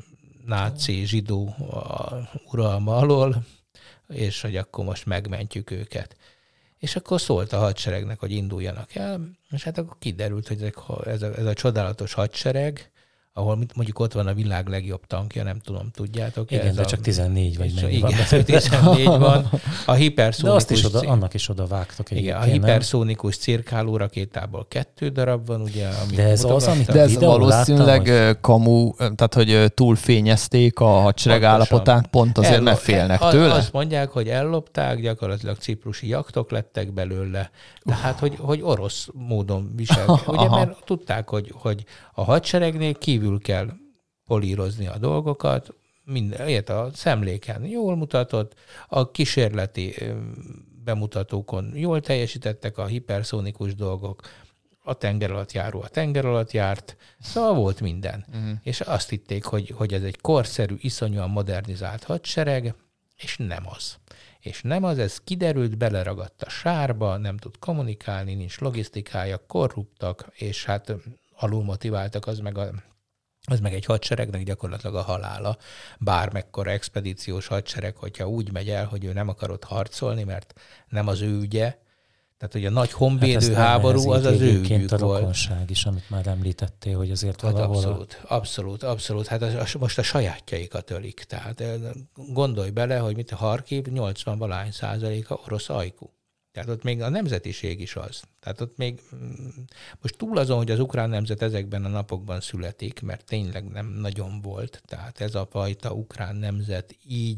náci, zsidó uralma alól, és hogy akkor most megmentjük őket. És akkor szólt a hadseregnek, hogy induljanak el, és hát akkor kiderült, hogy ez a, ez a csodálatos hadsereg, ahol mondjuk ott van a világ legjobb tankja, nem tudom, tudjátok. Igen, ez de a, csak tizennégy vagy mennyi igen, van. tizennégy van. A hiperszónikus... De azt is oda, annak is oda vágtok egyébként. Igen, a hiperszónikus cirkáló rakétából kettő darab van, ugye, amit de ez az, amit de ez videó valószínűleg láttam, hogy... kamu, tehát hogy túlfényezték a hadsereg Pontosan. állapotát, pont azért, mert félnek el, tőle. Azt mondják, hogy ellopták, gyakorlatilag ciprusi jaktok lettek belőle, tehát hogy, hogy orosz módon viselkednek. Ugye, mert tudták, hogy, hogy a hadseregnél kívül kell polírozni a dolgokat, minden, ilyet a szemléken jól mutatott, a kísérleti bemutatókon jól teljesítettek a hiperszónikus dolgok, a tenger alatt járó a tenger alatt járt, szóval volt minden. Uh-huh. És azt hitték, hogy, hogy ez egy korszerű, iszonyúan modernizált hadsereg, és nem az. És nem az, ez kiderült, beleragadt a sárba, nem tud kommunikálni, nincs logisztikája, korruptak, és hát alul motiváltak, az meg a az meg egy hadseregnek gyakorlatilag a halála. Bármekkora expedíciós hadsereg, hogyha úgy megy el, hogy ő nem akar ott harcolni, mert nem az ő ügye. Tehát, hogy a nagy honvédő hát háború az az ő ügyük a volt. rokonság is, amit már említettél, hogy azért hát valahol... Abszolút, abszolút, abszolút. Hát az, most a sajátjaikat ölik. Tehát gondolj bele, hogy mit a Harkiv nyolcvan-valahány százaléka orosz ajkú. Tehát ott még a nemzetiség is az. Tehát ott még most túl azon, hogy az ukrán nemzet ezekben a napokban születik, mert tényleg nem nagyon volt. Tehát ez a fajta ukrán nemzet így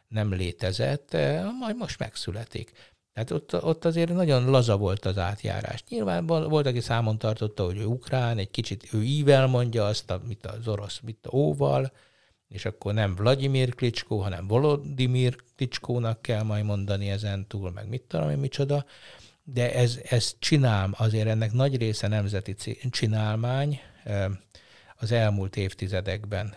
nem létezett, majd most megszületik. Tehát ott, ott azért nagyon laza volt az átjárás. Nyilván volt, aki számon tartotta, hogy ő ukrán, egy kicsit ő ível mondja azt, amit az orosz, mit a óval, és akkor nem Vladimir Klitschko, hanem Volodymyr Klitschkónak kell majd mondani ezen túl, meg mit tudom én, micsoda. De ez, ez csinál, azért ennek nagy része nemzeti csinálmány, az elmúlt évtizedekben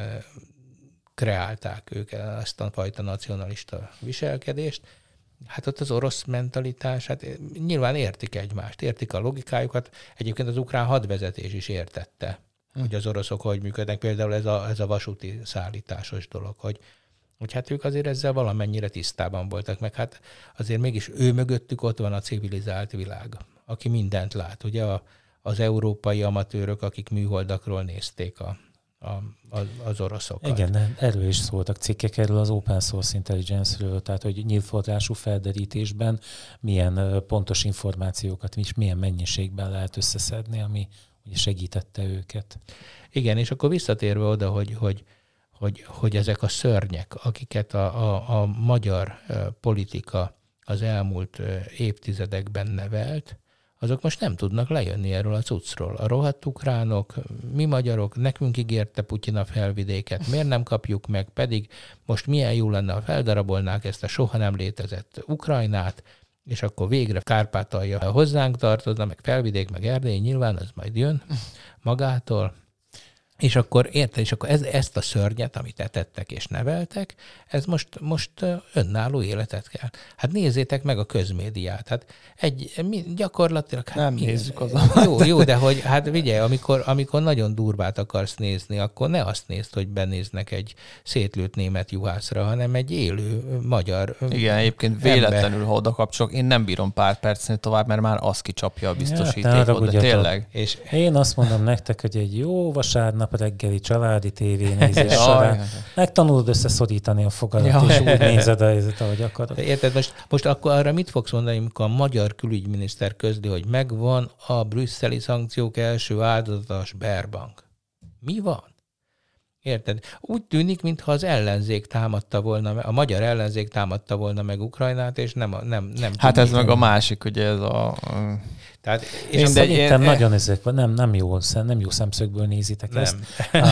kreálták ők ezt a fajta nacionalista viselkedést. Hát ott az orosz mentalitás, hát nyilván értik egymást, értik a logikájukat. Egyébként az ukrán hadvezetés is értette, hm. hogy az oroszok hogy működnek. Például ez a, ez a vasúti szállításos dolog, hogy, hogy hát ők azért ezzel valamennyire tisztában voltak, meg hát azért mégis ő mögöttük ott van a civilizált világ, aki mindent lát. Ugye a, az európai amatőrök, akik műholdakról nézték a A, az oroszokat. Igen, erről is szóltak cikkek, erről az Open Source Intelligence-ről, tehát hogy nyílt forrású felderítésben milyen pontos információkat és milyen mennyiségben lehet összeszedni, ami ugye segítette őket. Igen, és akkor visszatérve oda, hogy, hogy, hogy, hogy ezek a szörnyek, akiket a, a, a magyar politika az elmúlt évtizedekben nevelt, azok most nem tudnak lejönni erről a cuccról. A rohadt ukránok, mi magyarok, nekünk ígérte Putyin a felvidéket, miért nem kapjuk meg, pedig most milyen jó lenne, ha feldarabolnák ezt a soha nem létezett Ukrajnát, és akkor végre Kárpátalja hozzánk tartozna, meg felvidék, meg Erdély, nyilván az majd jön magától. És akkor érted, és akkor ez, ezt a szörnyet, amit etettek és neveltek, ez most, most önálló életet kell. Hát nézzétek meg a közmédiát. Hát egy, mi, gyakorlatilag... Hát nem mi, nézzük az Jó, jó, de hogy hát figyelj, amikor, amikor nagyon durvát akarsz nézni, akkor ne azt nézd, hogy benéznek egy szétlőtt német juhászra, hanem egy élő magyar Igen, egyébként véletlenül, ha oda kapcsolok, én nem bírom pár percnél tovább, mert már az kicsapja a biztosítékot, de tényleg. És én azt mondom nektek, hogy egy jó vasárnap reggeli családi tévénézés során megtanulod összeszorítani a fogadat, ja, és úgy nézed, ahogy akarod. Érted, most, most akkor arra mit fogsz mondani, amikor a magyar külügyminiszter közli, hogy megvan a brüsszeli szankciók első áldozata a Sberbank? Mi van? Érted? Úgy tűnik, mintha az ellenzék támadta volna, a magyar ellenzék támadta volna meg Ukrajnát, és nem... nem, nem hát ez meg a másik, ugye ez a... Tehát, és én szerintem én, nagyon ezek van, nem, nem, jó, nem jó szemszögből nézitek nem. ezt.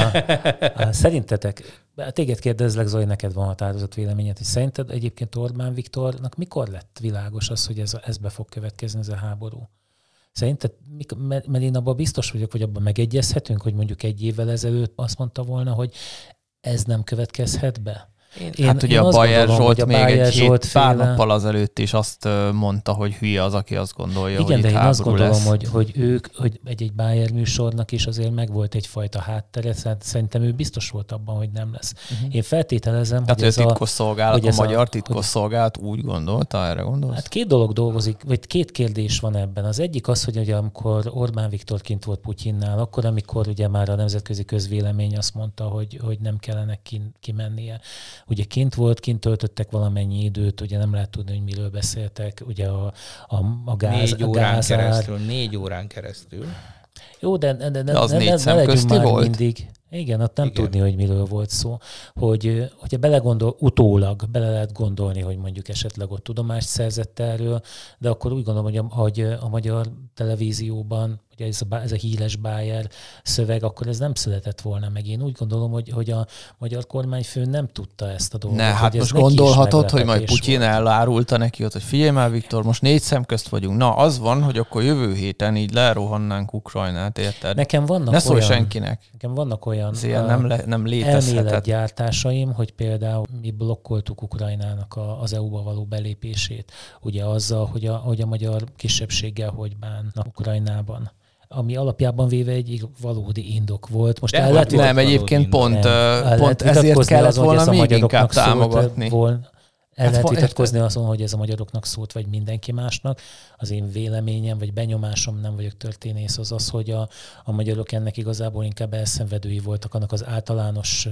A, a, szerintetek, téged kérdezlek, Zoli, neked van határozott véleményed, hogy szerinted egyébként Orbán Viktornak mikor lett világos az, hogy ez, ez be fog következni, ez a háború? Szerinted, mert én abban biztos vagyok, hogy abban megegyezhetünk, hogy mondjuk egy évvel ezelőtt azt mondta volna, hogy ez nem következhet be? Én, hát én ugye én a Bayer Zsolt még Bayer egy Zsolt hét pár nappal azelőtt is azt mondta, hogy hülye az, aki azt gondolja, igen, hogy itt de én háború azt gondolom, lesz. hogy, hogy ők, hogy egy-egy Bayer műsornak is azért megvolt egyfajta háttere, szerintem ő biztos volt abban, hogy nem lesz. Uh-huh. Én feltételezem, hát hogy ez a... titkosszolgálat, a magyar titkosszolgálat úgy gondolta, erre gondolsz? Hát két dolog dolgozik, vagy két kérdés van ebben. Az egyik az, hogy ugye amikor Orbán Viktor kint volt Putyinnál, akkor, amikor ugye már a nemzetközi közvélemény azt mondta, hogy, hogy nem kellene kin, kimennie. Ugye kint volt, kint töltöttek valamennyi időt, ugye nem lehet tudni, hogy miről beszéltek, ugye a, a, a gáz, négy a órán gázár. keresztül, négy órán keresztül. Jó, de, de, de, de az ne, négy ne, szem ne közti már volt? Mindig. Igen, ott nem Igen. tudni, hogy miről volt szó. Hogy, hogyha belegondol, utólag bele lehet gondolni, hogy mondjuk esetleg ott tudomást szerzett erről, de akkor úgy gondolom, hogy a, hogy a magyar televízióban, ugye ez a, ez a híres Bayer szöveg, akkor ez nem született volna meg. Én úgy gondolom, hogy, hogy a magyar kormányfő nem tudta ezt a dolgot. Ne, hát most gondolhatod, hogy majd Putyin elárulta neki ott, hogy figyelj már, Viktor, most négy szem közt vagyunk. Na, az van, hogy akkor jövő héten így lerohannánk Ukrajnát, érted? Nekem vannak ne szólj olyan, senkinek. Nekem vannak olyan ilyen nem, le, nem létezhetett elméletgyártásásaim, hogy például mi blokkoltuk Ukrajnának a, az é u-ba való belépését. Ugye azzal, hogy a, hogy a magyar kisebbséggel hogy bánnak Ukrajnában, ami alapjában véve egy valódi indok volt. Most el lehet, nem, egyébként pont, nem, pont ezért kellett azon, volna még inkább támogatni. Volna. El hát lehet vitatkozni azon, hogy ez a magyaroknak szólt, vagy mindenki másnak. Az én véleményem, vagy benyomásom, nem vagyok történész, az az, hogy a, a magyarok ennek igazából inkább elszenvedői voltak, annak az általános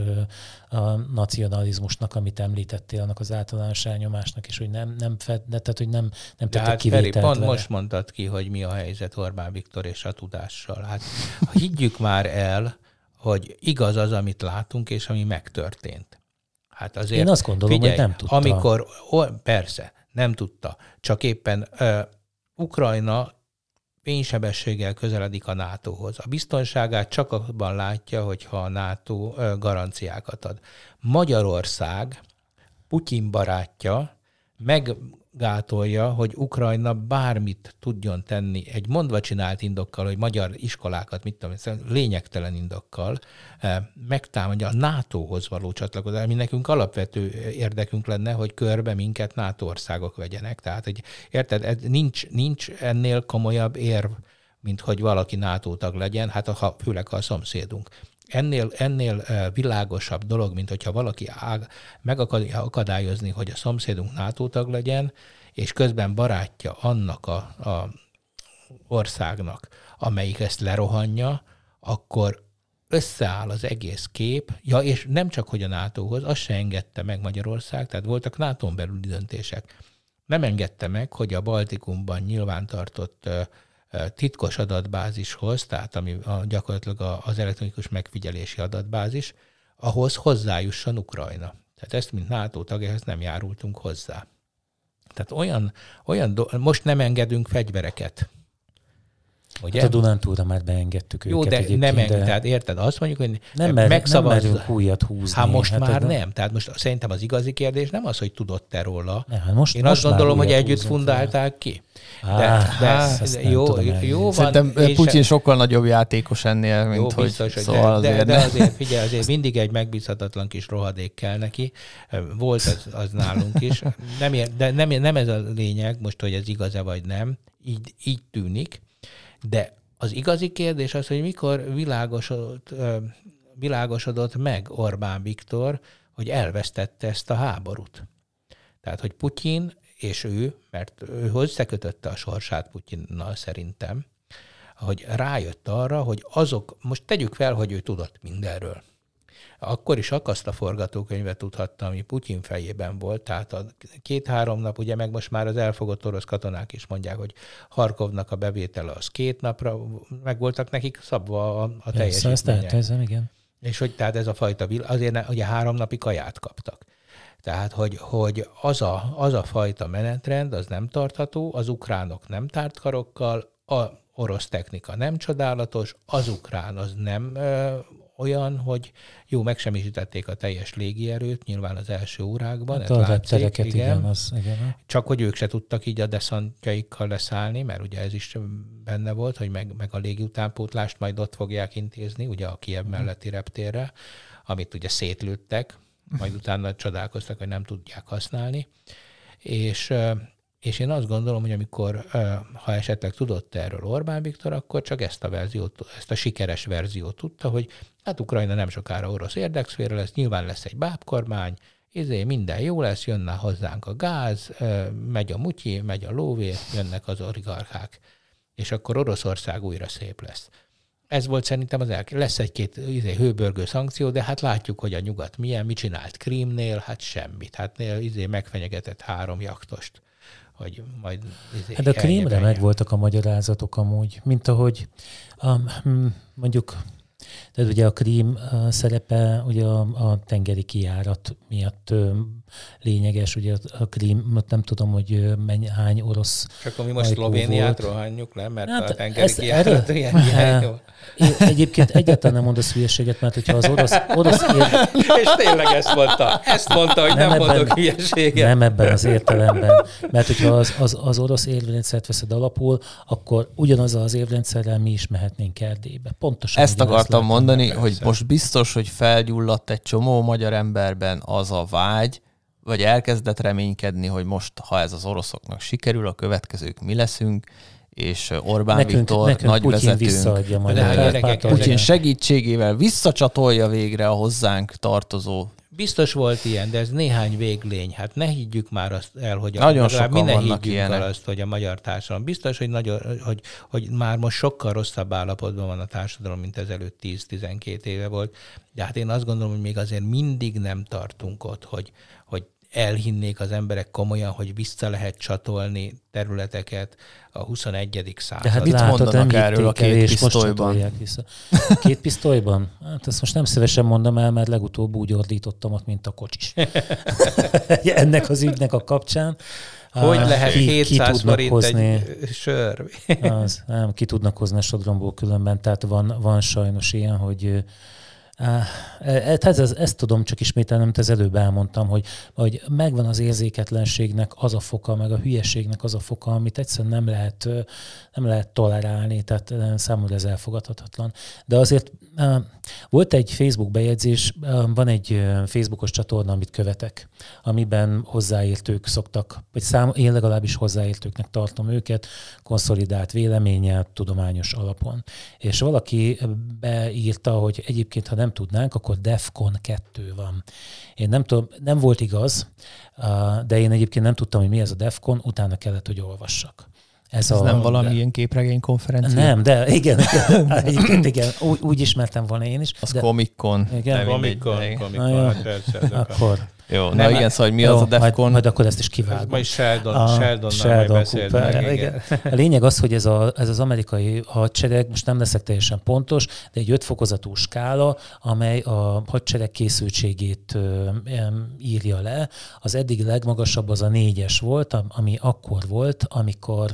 a nacionalizmusnak, amit említettél, annak az általános elnyomásnak, és hogy nem, nem, fed, tehát, hogy nem, nem tettek hát kivételt Feri, pont vele. most mondtad ki, hogy mi a helyzet Orbán Viktor és a tudással. Hát higgyük már el, hogy igaz az, amit látunk, és ami megtörtént. Hát azért, Én azt gondolom, figyelj, hogy nem tudta. Amikor, ó, persze, nem tudta. Csak éppen uh, Ukrajna fénysebességgel közeledik a nátóhoz. A biztonságát csak abban látja, hogyha a NATO uh, garanciákat ad. Magyarország, Putyin barátja meggátolja, hogy Ukrajna bármit tudjon tenni egy mondva csinált indokkal, hogy magyar iskolákat, mit tudom, lényegtelen indokkal megtámadja a nátóhoz való csatlakozás, ami nekünk alapvető érdekünk lenne, hogy körbe minket NATO országok vegyenek. Tehát, hogy érted, ez nincs, nincs ennél komolyabb érv, mint hogy valaki NATO tag legyen, hát ha, főleg ha a szomszédunk. Ennél, ennél világosabb dolog, mint hogyha valaki ág, meg akarja akadályozni, hogy a szomszédunk NATO tag legyen, és közben barátja annak a, a országnak, amelyik ezt lerohanja, akkor összeáll az egész kép. Ja, és nem csak, hogy a nátóhoz, azt se engedte meg Magyarország, tehát voltak nátón belüli döntések. Nem engedte meg, hogy a Baltikumban nyilvántartott titkos adatbázishoz, tehát ami a, gyakorlatilag az elektronikus megfigyelési adatbázis, ahhoz hozzájusson Ukrajna. Tehát ezt, mint NATO tag, ehhez nem járultunk hozzá. Tehát olyan, olyan do- most nem engedünk fegyvereket. Ugye? Hát a Dunántúlra már beengedtük Jó, őket. de nem enged, de... tehát érted, azt mondjuk, hogy nem, mer- megszavazza. nem merünk újat húzni. Hát most hát már a... nem. Tehát most szerintem az igazi kérdés nem az, hogy tudott-e róla. Ne, hát most, Én most azt gondolom, hogy együtt húzunk fundálták ki. Á, De, de hát, jó, jó van. Szerintem Putyin sem... sokkal nagyobb játékos ennél, mint jó, hogy, biztos, hogy szóval de, azért de, de ne. azért figyelj, azért mindig egy megbízhatatlan kis rohadék kell neki. Volt az, az nálunk is. Nem, de nem, nem ez a lényeg most, hogy ez igaz-e vagy nem. Így, így tűnik. De az igazi kérdés az, hogy mikor világosodott, világosodott meg Orbán Viktor, hogy elvesztette ezt a háborút. Tehát, hogy Putyin és ő, mert ő összekötötte a sorsát Putyinnal szerintem, hogy rájött arra, hogy azok, most tegyük fel, hogy ő tudott mindenről. Akkor is azt a forgatókönyvet tudhatta, ami Putyin fejében volt, tehát a két-három nap, ugye meg most már az elfogott orosz katonák is mondják, hogy Harkovnak a bevétele az két napra, meg voltak nekik szabva a, a teljesítmények. Igen. És hogy tehát ez a fajta, azért ne, ugye három napi kaját kaptak. Tehát, hogy, hogy az, a, az a fajta menetrend, az nem tartható, az ukránok nem tárt karokkal, a orosz technika nem csodálatos, az ukrán az nem ö, olyan, hogy jó, megsemmisítették a teljes légierőt, nyilván az első órákban, hát ez látszik, igen. igen, az, igen. Csak hogy ők se tudtak így a deszantjaikkal leszállni, mert ugye ez is benne volt, hogy meg, meg a légi utánpótlást majd ott fogják intézni, ugye a Kijev melletti reptérre, amit ugye szétlőttek, majd utána csodálkoztak, hogy nem tudják használni. És, és én azt gondolom, hogy amikor, ha esetleg tudott erről Orbán Viktor, akkor csak ezt a verziót, ezt a sikeres verziót tudta, hogy hát Ukrajna nem sokára orosz érdekszféra lesz, nyilván lesz egy bábkormány, ezért minden jó lesz, jönne hozzánk a gáz, megy a mutyi, megy a lóvé, jönnek az oligarchák, és akkor Oroszország újra szép lesz. Ez volt szerintem az elk. Lesz egy-két izé, hőbörgő szankció, de hát látjuk, hogy a nyugat milyen, mit csinált Krímnél, hát semmit. Hát izé megfenyegetett három jaktost, hogy majd izé hát a Krímre meg voltak a magyarázatok amúgy, mint ahogy um, mondjuk, de ugye a Krím szerepe ugye a, a tengeri kijárat miatt lényeges, ugye a Krím, nem tudom, hogy mennyi, hány orosz. Csak mi most Szlovéniát rohanjuk le, mert hát a tengeri kijárat ilyen, ilyen jó. Egyébként egyáltalán nem mondasz hülyeséget, mert hogyha az orosz... orosz ér... És tényleg ezt mondta. Ezt mondta, hogy nem, nem ebben, mondok hülyeséget. Nem ebben az értelemben. Mert hogyha az, az, az orosz érvrendszert veszed alapul, akkor ugyanaz az érvrendszerrel mi is mehetnénk Erdélybe. Pontosan. Ezt akartam mondani, persze. hogy most biztos, hogy felgyulladt egy csomó magyar emberben az a vágy, vagy elkezdett reménykedni, hogy most, ha ez az oroszoknak sikerül, a következők mi leszünk, és Orbán nekünk, Viktor nekünk nagy Putyin vezetőnk visszaadja majd a Putyin segítségével visszacsatolja végre a hozzánk tartozó. Biztos volt ilyen, de ez néhány véglény. Hát ne higgyük már azt el, hogy a, nagyon sokan mi ne vannak higgyünk ilyenek. el azt, hogy a magyar társadalom. Biztos, hogy, nagyon, hogy, hogy már most sokkal rosszabb állapotban van a társadalom, mint ezelőtt tíz-tizenkét éve volt. De hát én azt gondolom, hogy még azért mindig nem tartunk ott, hogy, hogy elhinnék az emberek komolyan, hogy vissza lehet csatolni területeket a huszonegyedik században. De hát Mit látod, mondanak nem erről a vitték el, két és most pisztolyban? csatolják vissza. Két pisztolyban? Hát ezt most nem szívesen mondom el, mert legutóbb úgy ordítottam ott, mint a kocsis. Ennek az ügynek a kapcsán. Hogy lehet ki, kétszáz ki tudnak forint hozni, egy sör? az, nem, ki tudnak hozni a sodromból különben, tehát van, van sajnos ilyen, hogy Hát ez, ezt tudom csak ismételni, amit az előbb elmondtam, hogy, hogy megvan az érzéketlenségnek az a foka, meg a hülyeségnek az a foka, amit egyszerűen nem lehet, nem lehet tolerálni, tehát számomra ez elfogadhatatlan. De azért volt egy Facebook bejegyzés, van egy Facebookos csatorna, amit követek, amiben hozzáértők szoktak, vagy szám, én legalábbis hozzáértőknek tartom őket, konszolidált véleménnyel, tudományos alapon. És valaki beírta, hogy egyébként, ha nem tudnánk, akkor Defcon kettő van. Én nem tudom, nem volt igaz, de én egyébként nem tudtam, hogy mi ez a Defcon, utána kellett, hogy olvassak. Ez, ez a, nem valamilyen képregény konferencia? Nem, de igen, igen. Egyébként igen, úgy, úgy ismertem volna én is. Az Comic-Con. Igen, Comic-Con, Comic-Con, persze. Akkor... Jó, na igen, szóval mi jó, az a Defcon? Majd, majd akkor ezt is kivágom. Ez majd Sheldon, a Sheldonnal Sheldon majd beszélt meg, igen. A lényeg az, hogy ez, a, ez az amerikai hadsereg, most nem leszek teljesen pontos, de egy ötfokozatú skála, amely a hadsereg készültségét ö, írja le. Az eddig legmagasabb az a négyes volt, ami akkor volt, amikor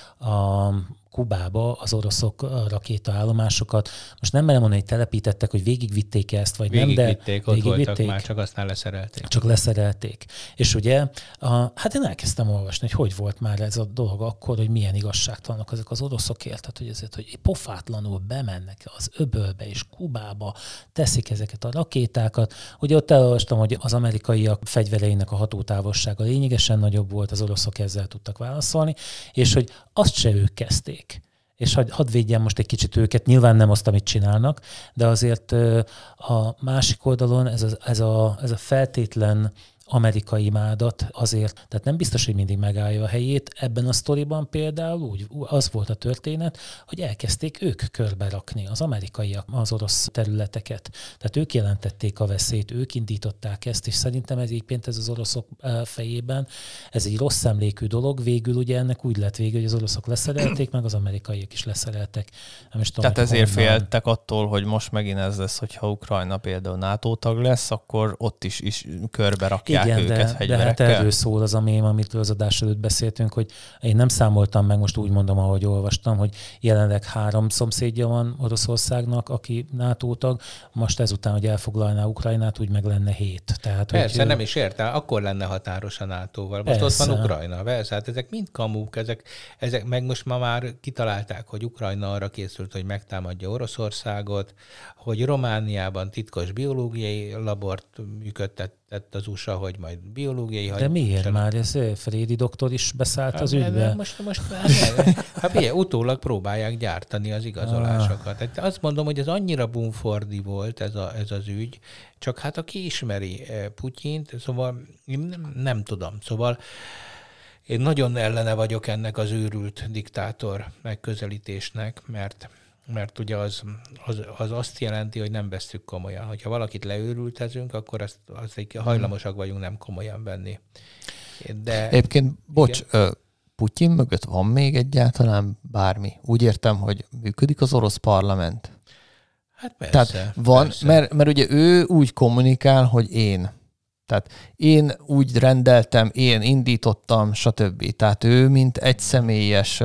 a Kubába az oroszok rakétaállomásokat, most nem merem mondani, hogy telepítettek, hogy végigvitték ezt, vagy végig nem, de vitték, ott végigvitték, voltak már, csak aztán leszerelték. Csak leszerelték. És ugye, a, hát én elkezdtem olvasni, hogy hogy volt már ez a dolog akkor, hogy milyen igazságtalanok ezek az oroszokért, tehát hogy ezért, hogy pofátlanul bemennek az öbölbe és Kubába, teszik ezeket a rakétákat. Ugye ott elolvastam, hogy az amerikaiak fegyvereinek a hatótávolsága lényegesen nagyobb volt, az oroszok ezzel tudtak válaszolni, és hogy azt se ők kezdték. És hadd had védjem most egy kicsit őket, nyilván nem azt, amit csinálnak, de azért a másik oldalon ez a, ez a, ez a feltétlen amerikai imádat azért, tehát nem biztos, hogy mindig megállja a helyét. Ebben a sztoriban például úgy, az volt a történet, hogy elkezdték ők körbe rakni, az amerikaiak, az orosz területeket. Tehát ők jelentették a veszélyt, ők indították ezt, és szerintem ez egyébként ez az oroszok fejében, ez egy rossz emlékű dolog, végül ugye ennek úgy lett vége, hogy az oroszok leszerelték, meg az amerikaiak is leszereltek. Nem is tudom, tehát ezért honnan... féltek attól, hogy most megint ez lesz, hogyha Ukrajna például NATO tag lesz, akkor ott is, is körbe rakják. Igen, őket, de, de hát erről szól az a mém, amitől az adás előtt beszéltünk, hogy én nem számoltam meg, most úgy mondom, ahogy olvastam, hogy jelenleg három szomszédja van Oroszországnak, aki NATO tag, most ezután, hogy elfoglalná Ukrajnát, úgy meg lenne hét. Tehát, persze, hogy, nem is értem, akkor lenne határos a nátóval. Most persze. Ott van Ukrajna, persze, hát ezek mind kamuk, ezek, ezek meg most ma már kitalálták, hogy Ukrajna arra készült, hogy megtámadja Oroszországot, hogy Romániában titkos biológiai labort működtetett az u es á, hogy majd biológiai... De miért már? Ez Frédi doktor is beszállt hát, az ügybe? Most, most hát ugye, utólag próbálják gyártani az igazolásokat. Ah. Azt mondom, hogy ez annyira bumfordi volt ez, a, ez az ügy, csak hát aki ismeri Putyint, szóval nem, nem tudom. Szóval én nagyon ellene vagyok ennek az őrült diktátor megközelítésnek, mert mert ugye az, az, az azt jelenti, hogy nem vesszük komolyan. Hogyha valakit leőrültezünk, akkor azt, azt egy hajlamosak vagyunk nem komolyan venni. De, Egyébként, bocs, igen? Putyin mögött van még egyáltalán bármi? Úgy értem, hogy működik az orosz parlament. Hát persze. Tehát van, persze. Mert, mert ugye ő úgy kommunikál, hogy én. Tehát én úgy rendeltem, én indítottam, stb. Tehát ő, mint egy személyes...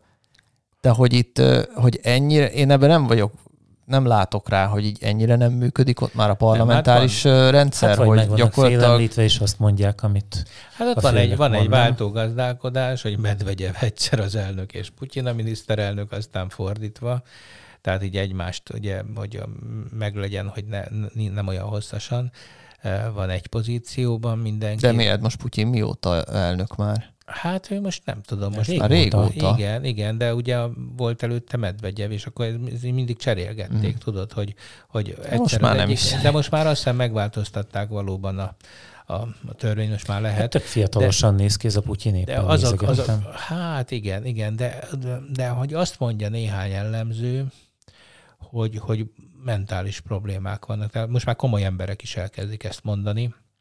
De hogy itt, hogy ennyire, én ebben nem vagyok, nem látok rá, hogy így ennyire nem működik ott már a parlamentáris nem, hát van, rendszer, hát hogy meg gyakorlatilag... félemlítve is azt mondják, amit Hát ott van egy, van egy váltógazdálkodás, hogy Medvegyev egyszer az elnök és Putyin a miniszterelnök, aztán fordítva. Tehát így egymást, ugye, hogy meglegyen, hogy ne, nem olyan hosszasan. Van egy pozícióban mindenki. De miért most Putyin mióta elnök már? Hát ő most nem tudom. Most már régóta. Igen, igen, de ugye volt előtte Medvegyev, és akkor mindig cserélgették, mm. tudod, hogy, hogy most már nem egyik, is. De most már azt hiszem megváltoztatták valóban a, a, a törvény, most már lehet. Hát tök fiatalosan de, néz ki ez a Putyin éppen. De azok, azok, hát igen, igen, de, de, de hogy azt mondja néhány jellemző, hogy, hogy mentális problémák vannak. Tehát most már komoly emberek is elkezdik ezt mondani,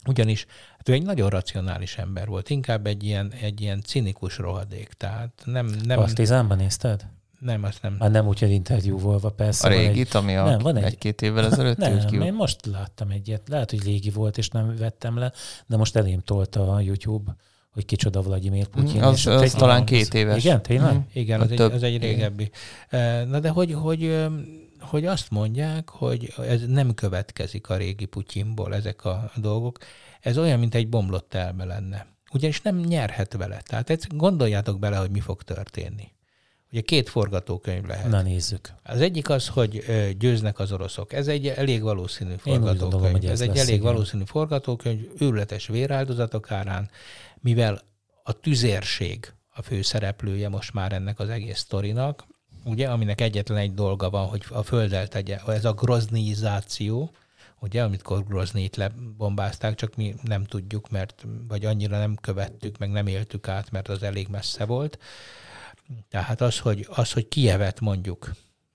Ugyanis hát ő egy nagyon racionális ember volt, inkább egy ilyen, egy ilyen cinikus rohadék. Tehát nem, nem, Partizánban nézted? Nem, azt nem. Már nem úgy, hogy interjúvolva, persze. A régit, ami a nem, van egy, egy-két évvel ezelőtt nem, jött ki. én most láttam egyet. Lehet, hogy régi volt, és nem vettem le, de most elém tolta a YouTube, hogy kicsoda Vladimir Putyin. Az, és az egy talán két éves. Igen, tényleg? Mm. Igen, az egy, az egy régebbi. Na de hogy, hogy, hogy azt mondják, hogy ez nem következik a régi Putyinból, ezek a dolgok. Ez olyan, mint egy bomlott elme lenne. Ugyanis nem nyerhet vele. Tehát gondoljátok bele, hogy mi fog történni. Ugye két forgatókönyv lehet. Na nézzük. Az egyik az, hogy győznek az oroszok. Ez egy elég valószínű forgatókönyv. Gondolom, ez ez egy lesz, elég igen. valószínű forgatókönyv, őrületes véráldozatok árán, mivel a tüzérség a főszereplője most már ennek az egész sztorinak, ugye, aminek egyetlen egy dolga van, hogy a földdel tegye, ez a groznizáció, ugye, amikor Groznit lebombázták, csak mi nem tudjuk, mert vagy annyira nem követtük, meg nem éltük át, mert az elég messze volt. Tehát az, hogy, az, hogy Kijevet mondjuk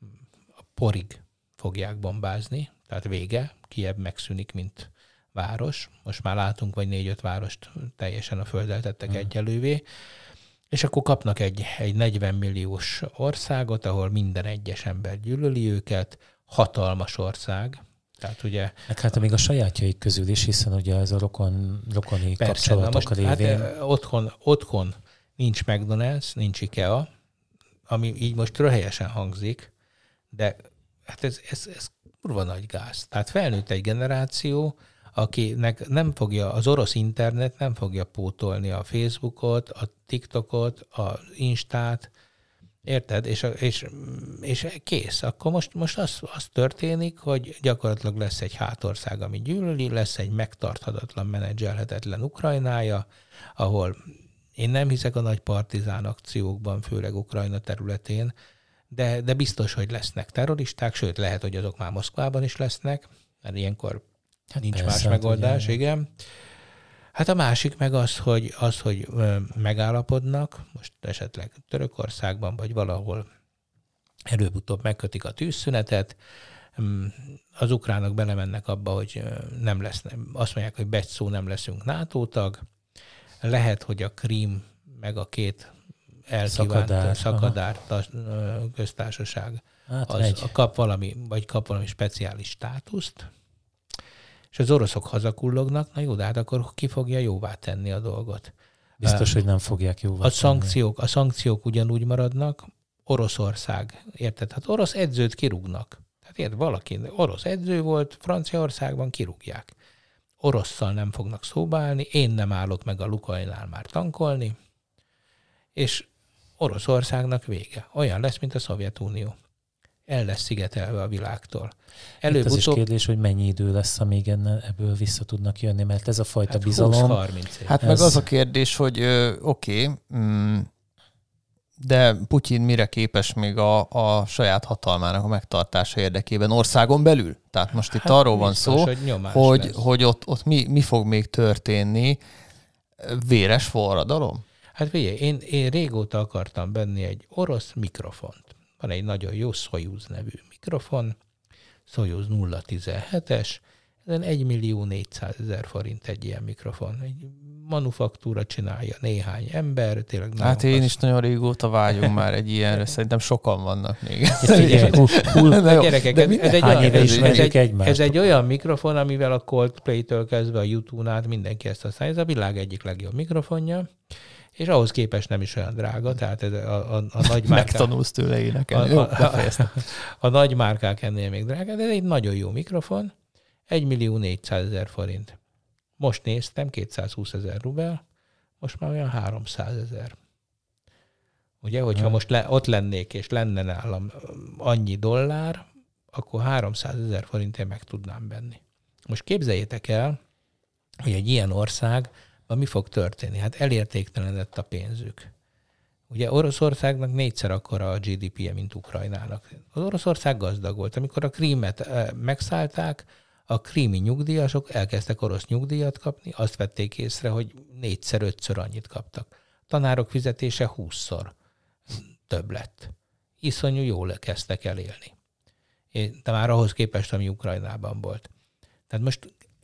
a porig fogják bombázni, tehát vége, Kijev megszűnik, mint város. Most már látunk, vagy négy-öt várost teljesen a földdel tettek hmm. egyelővé, és akkor kapnak egy, egy negyven milliós országot, ahol minden egyes ember gyűlöli őket, hatalmas ország. Tehát ugye... Meg hát még a sajátjaik közül is, hiszen ugye ez a rokon, rokoni persze, kapcsolatok most, révén. Hát, otthon, otthon nincs McDonald's, nincs IKEA, ami így most röhelyesen hangzik, de hát ez, ez, ez kurva nagy gáz. Tehát felnőtt egy generáció, akinek nem fogja, az orosz internet nem fogja pótolni a Facebookot, a TikTokot, az Instát, érted? És, és, és kész. Akkor most, most az, az történik, hogy gyakorlatilag lesz egy hátország, ami gyűlöli, lesz egy megtarthatatlan, menedzselhetetlen Ukrajnája, ahol én nem hiszek a nagy partizán akciókban, főleg Ukrajna területén, de, de biztos, hogy lesznek terroristák, sőt, lehet, hogy azok már Moszkvában is lesznek, mert ilyenkor hát nincs persze, más megoldás, ugye. Igen. Hát a másik meg az, hogy, az, hogy megállapodnak, most esetleg Törökországban, vagy valahol előbb-utóbb megkötik a tűzszünetet, az ukránok belemennek abba, hogy nem lesz, azt mondják, hogy becs szó, nem leszünk NATO tag, lehet, hogy a Krím meg a két elkívánt szakadár, szakadár köztársaság hát az kap valami, vagy kap valami speciális státuszt, és az oroszok hazakullognak, na jó, de hát akkor ki fogja jóvá tenni a dolgot? Biztos, hogy nem fogják jóvá a szankciók, a szankciók ugyanúgy maradnak, Oroszország, érted? Hát orosz edzőt kirúgnak. Tehát érted, valaki orosz edző volt, Franciaországban kirúgják. Orosszal nem fognak szóba állni, én nem állok meg a Lukainál már tankolni, és Oroszországnak vége. Olyan lesz, mint a Szovjetunió. El lesz szigetelve a világtól. Előbb az is kérdés, hogy mennyi idő lesz, amíg ebből vissza tudnak jönni, mert ez a fajta hát bizalom... húsz-harminc év. Hát ez... meg az a kérdés, hogy oké, okay, mm, de Putyin mire képes még a, a saját hatalmának a megtartása érdekében országon belül? Tehát most itt hát arról van szó, hogy, hogy, hogy ott, ott mi, mi fog még történni? Véres forradalom? Hát figyelj, én, én régóta akartam venni egy orosz mikrofont. Van egy nagyon jó Soyuz nevű mikrofon, Soyuz nulla tizenhetes, ezen egy millió négyszázezer forint egy ilyen mikrofon. Egy manufaktúra csinálja néhány ember, tényleg nagyon hát én hasz... is nagyon régóta vágyom már egy ilyenre, szerintem sokan vannak még. Gyerekek, ez, ez, egy olyan, ez, egy, ez egy olyan mikrofon, amivel a Coldplay-től kezdve a U kettőn át mindenki ezt használja. Ez a világ egyik legjobb mikrofonja, és ahhoz képest nem is olyan drága, tehát ez a, a, a nagy márkák... Megtanulsz tőle énekelni. Jó, befejeztem. A, a nagy márkák ennél még drága, de ez egy nagyon jó mikrofon, egy millió négyszázezer forint. Most néztem, kétszázhúszezer rubel, most már olyan háromszázezer. Ugye, hogyha most le, ott lennék, és lenne nálam annyi dollár, akkor háromszázezer forintért meg tudnám venni. Most képzeljétek el, hogy egy ilyen ország, mi fog történni? Hát elértéktelenedett a pénzük. Ugye Oroszországnak négyszer akkora a gé dé pé-je, mint Ukrajnának. Az Oroszország gazdag volt. Amikor a Krímet megszállták, a krími nyugdíjasok elkezdtek orosz nyugdíjat kapni, azt vették észre, hogy négyszer, ötször annyit kaptak. Tanárok fizetése húszszor több lett. Iszonyú jól kezdtek el élni. De már ahhoz képest, ami Ukrajnában volt. Tehát most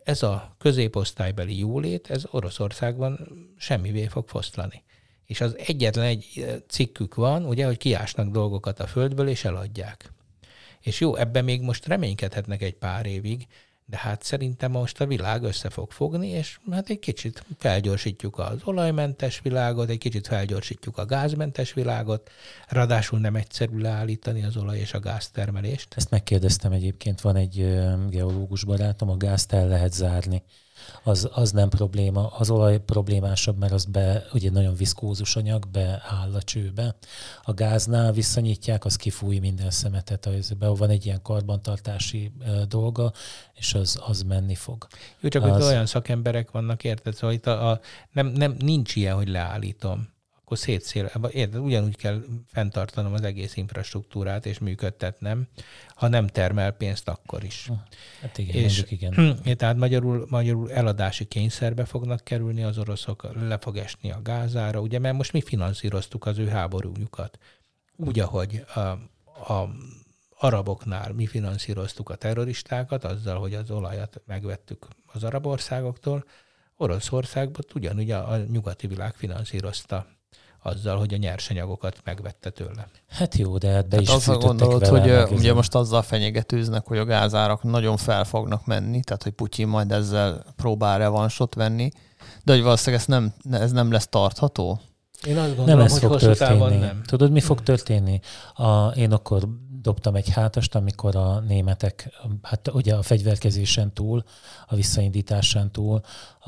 ez a középosztálybeli jólét, ez Oroszországban semmivé fog foszlani. És az egyetlen egy cikkük van, ugye, hogy kiásnak dolgokat a földből, és eladják. És jó, ebben még most reménykedhetnek egy pár évig, de hát szerintem most a világ össze fog fogni, és hát egy kicsit felgyorsítjuk az olajmentes világot, egy kicsit felgyorsítjuk a gázmentes világot, ráadásul nem egyszerű leállítani az olaj és a gáztermelést. Ezt megkérdeztem egyébként, van egy geológus barátom, a gázt el lehet zárni. Az, az nem probléma. Az olaj problémásabb, mert az be, ugye nagyon viszkózus anyag, beáll a csőbe. A gáznál visszanyitják, az kifúj minden szemetet. Be van egy ilyen karbantartási dolga, és az, az menni fog. Jó, csak az... hogy olyan szakemberek vannak, érted? Szóval itt a, a, nem, nem, nincs ilyen, hogy leállítom. Akkor szétszél, érted? Ugyanúgy kell fenntartanom az egész infrastruktúrát, és működtetnem, ha nem termel pénzt, akkor is. Hát igen, és, mondjuk igen. Tehát magyarul, magyarul eladási kényszerbe fognak kerülni az oroszok, le fog esni a gázára, ugye, mert most mi finanszíroztuk az ő háborújukat. Úgy, ahogy a, a araboknál mi finanszíroztuk a terroristákat, azzal, hogy az olajat megvettük az arab országoktól, Oroszországban ugyanúgy a, a nyugati világ finanszírozta azzal, hogy a nyersanyagokat megvette tőle. Hát jó, de hát be hát is azzal gondolod, vele, hogy meg ugye ezen. most azzal fenyegetőznek, hogy a gázárak nagyon fel fognak menni, tehát hogy Putyin majd ezzel próbál revansot venni, de hogy valószínűleg ez nem, ez nem lesz tartható? Én azt gondolom, Nem ez hogy fog hosszú távon történni. nem. Tudod, mi fog történni? A, én akkor dobtam egy hátast, amikor a németek, hát ugye a fegyverkezésen túl, a visszaindításán túl, a,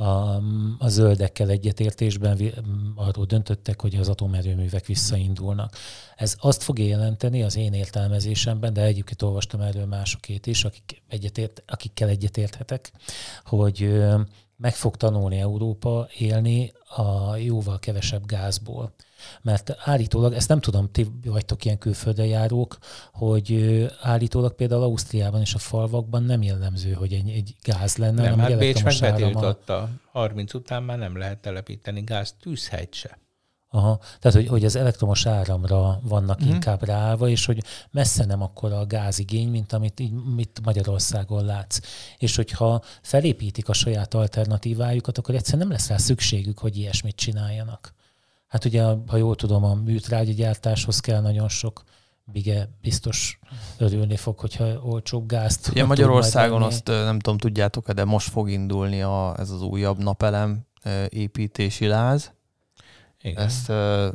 a zöldekkel egyetértésben arról döntöttek, hogy az atomerőművek visszaindulnak. Ez azt fog jelenteni az én értelmezésemben, de egyébként olvastam erről másokét is, akik egyetért, akikkel egyetérthetek, hogy meg fog tanulni Európa élni a jóval kevesebb gázból. Mert állítólag, ezt nem tudom, ti vagytok ilyen külföldre járók, hogy állítólag például Ausztriában és a falvakban nem jellemző, hogy egy, egy gáz lenne. Nem, hát Bécs meg áram a... betiltotta. harminc után már nem lehet telepíteni gáz, tűzhegy se. Aha, tehát, hogy, hogy az elektromos áramra vannak mm. inkább ráállva, és hogy messze nem akkora a gázigény, mint amit így, mit Magyarországon látsz. És hogyha felépítik a saját alternatívájukat, akkor egyszerűen nem lesz rá szükségük, hogy ilyesmit csináljanak. Hát ugye, ha jól tudom, a műtrágyagyártáshoz kell nagyon sok, Bige biztos örülni fog, hogyha olcsóbb gázt. Ugye Magyarországon azt nem tudom, tudjátok-e, de most fog indulni a, ez az újabb napelem építési láz. Igen. Ezt uh,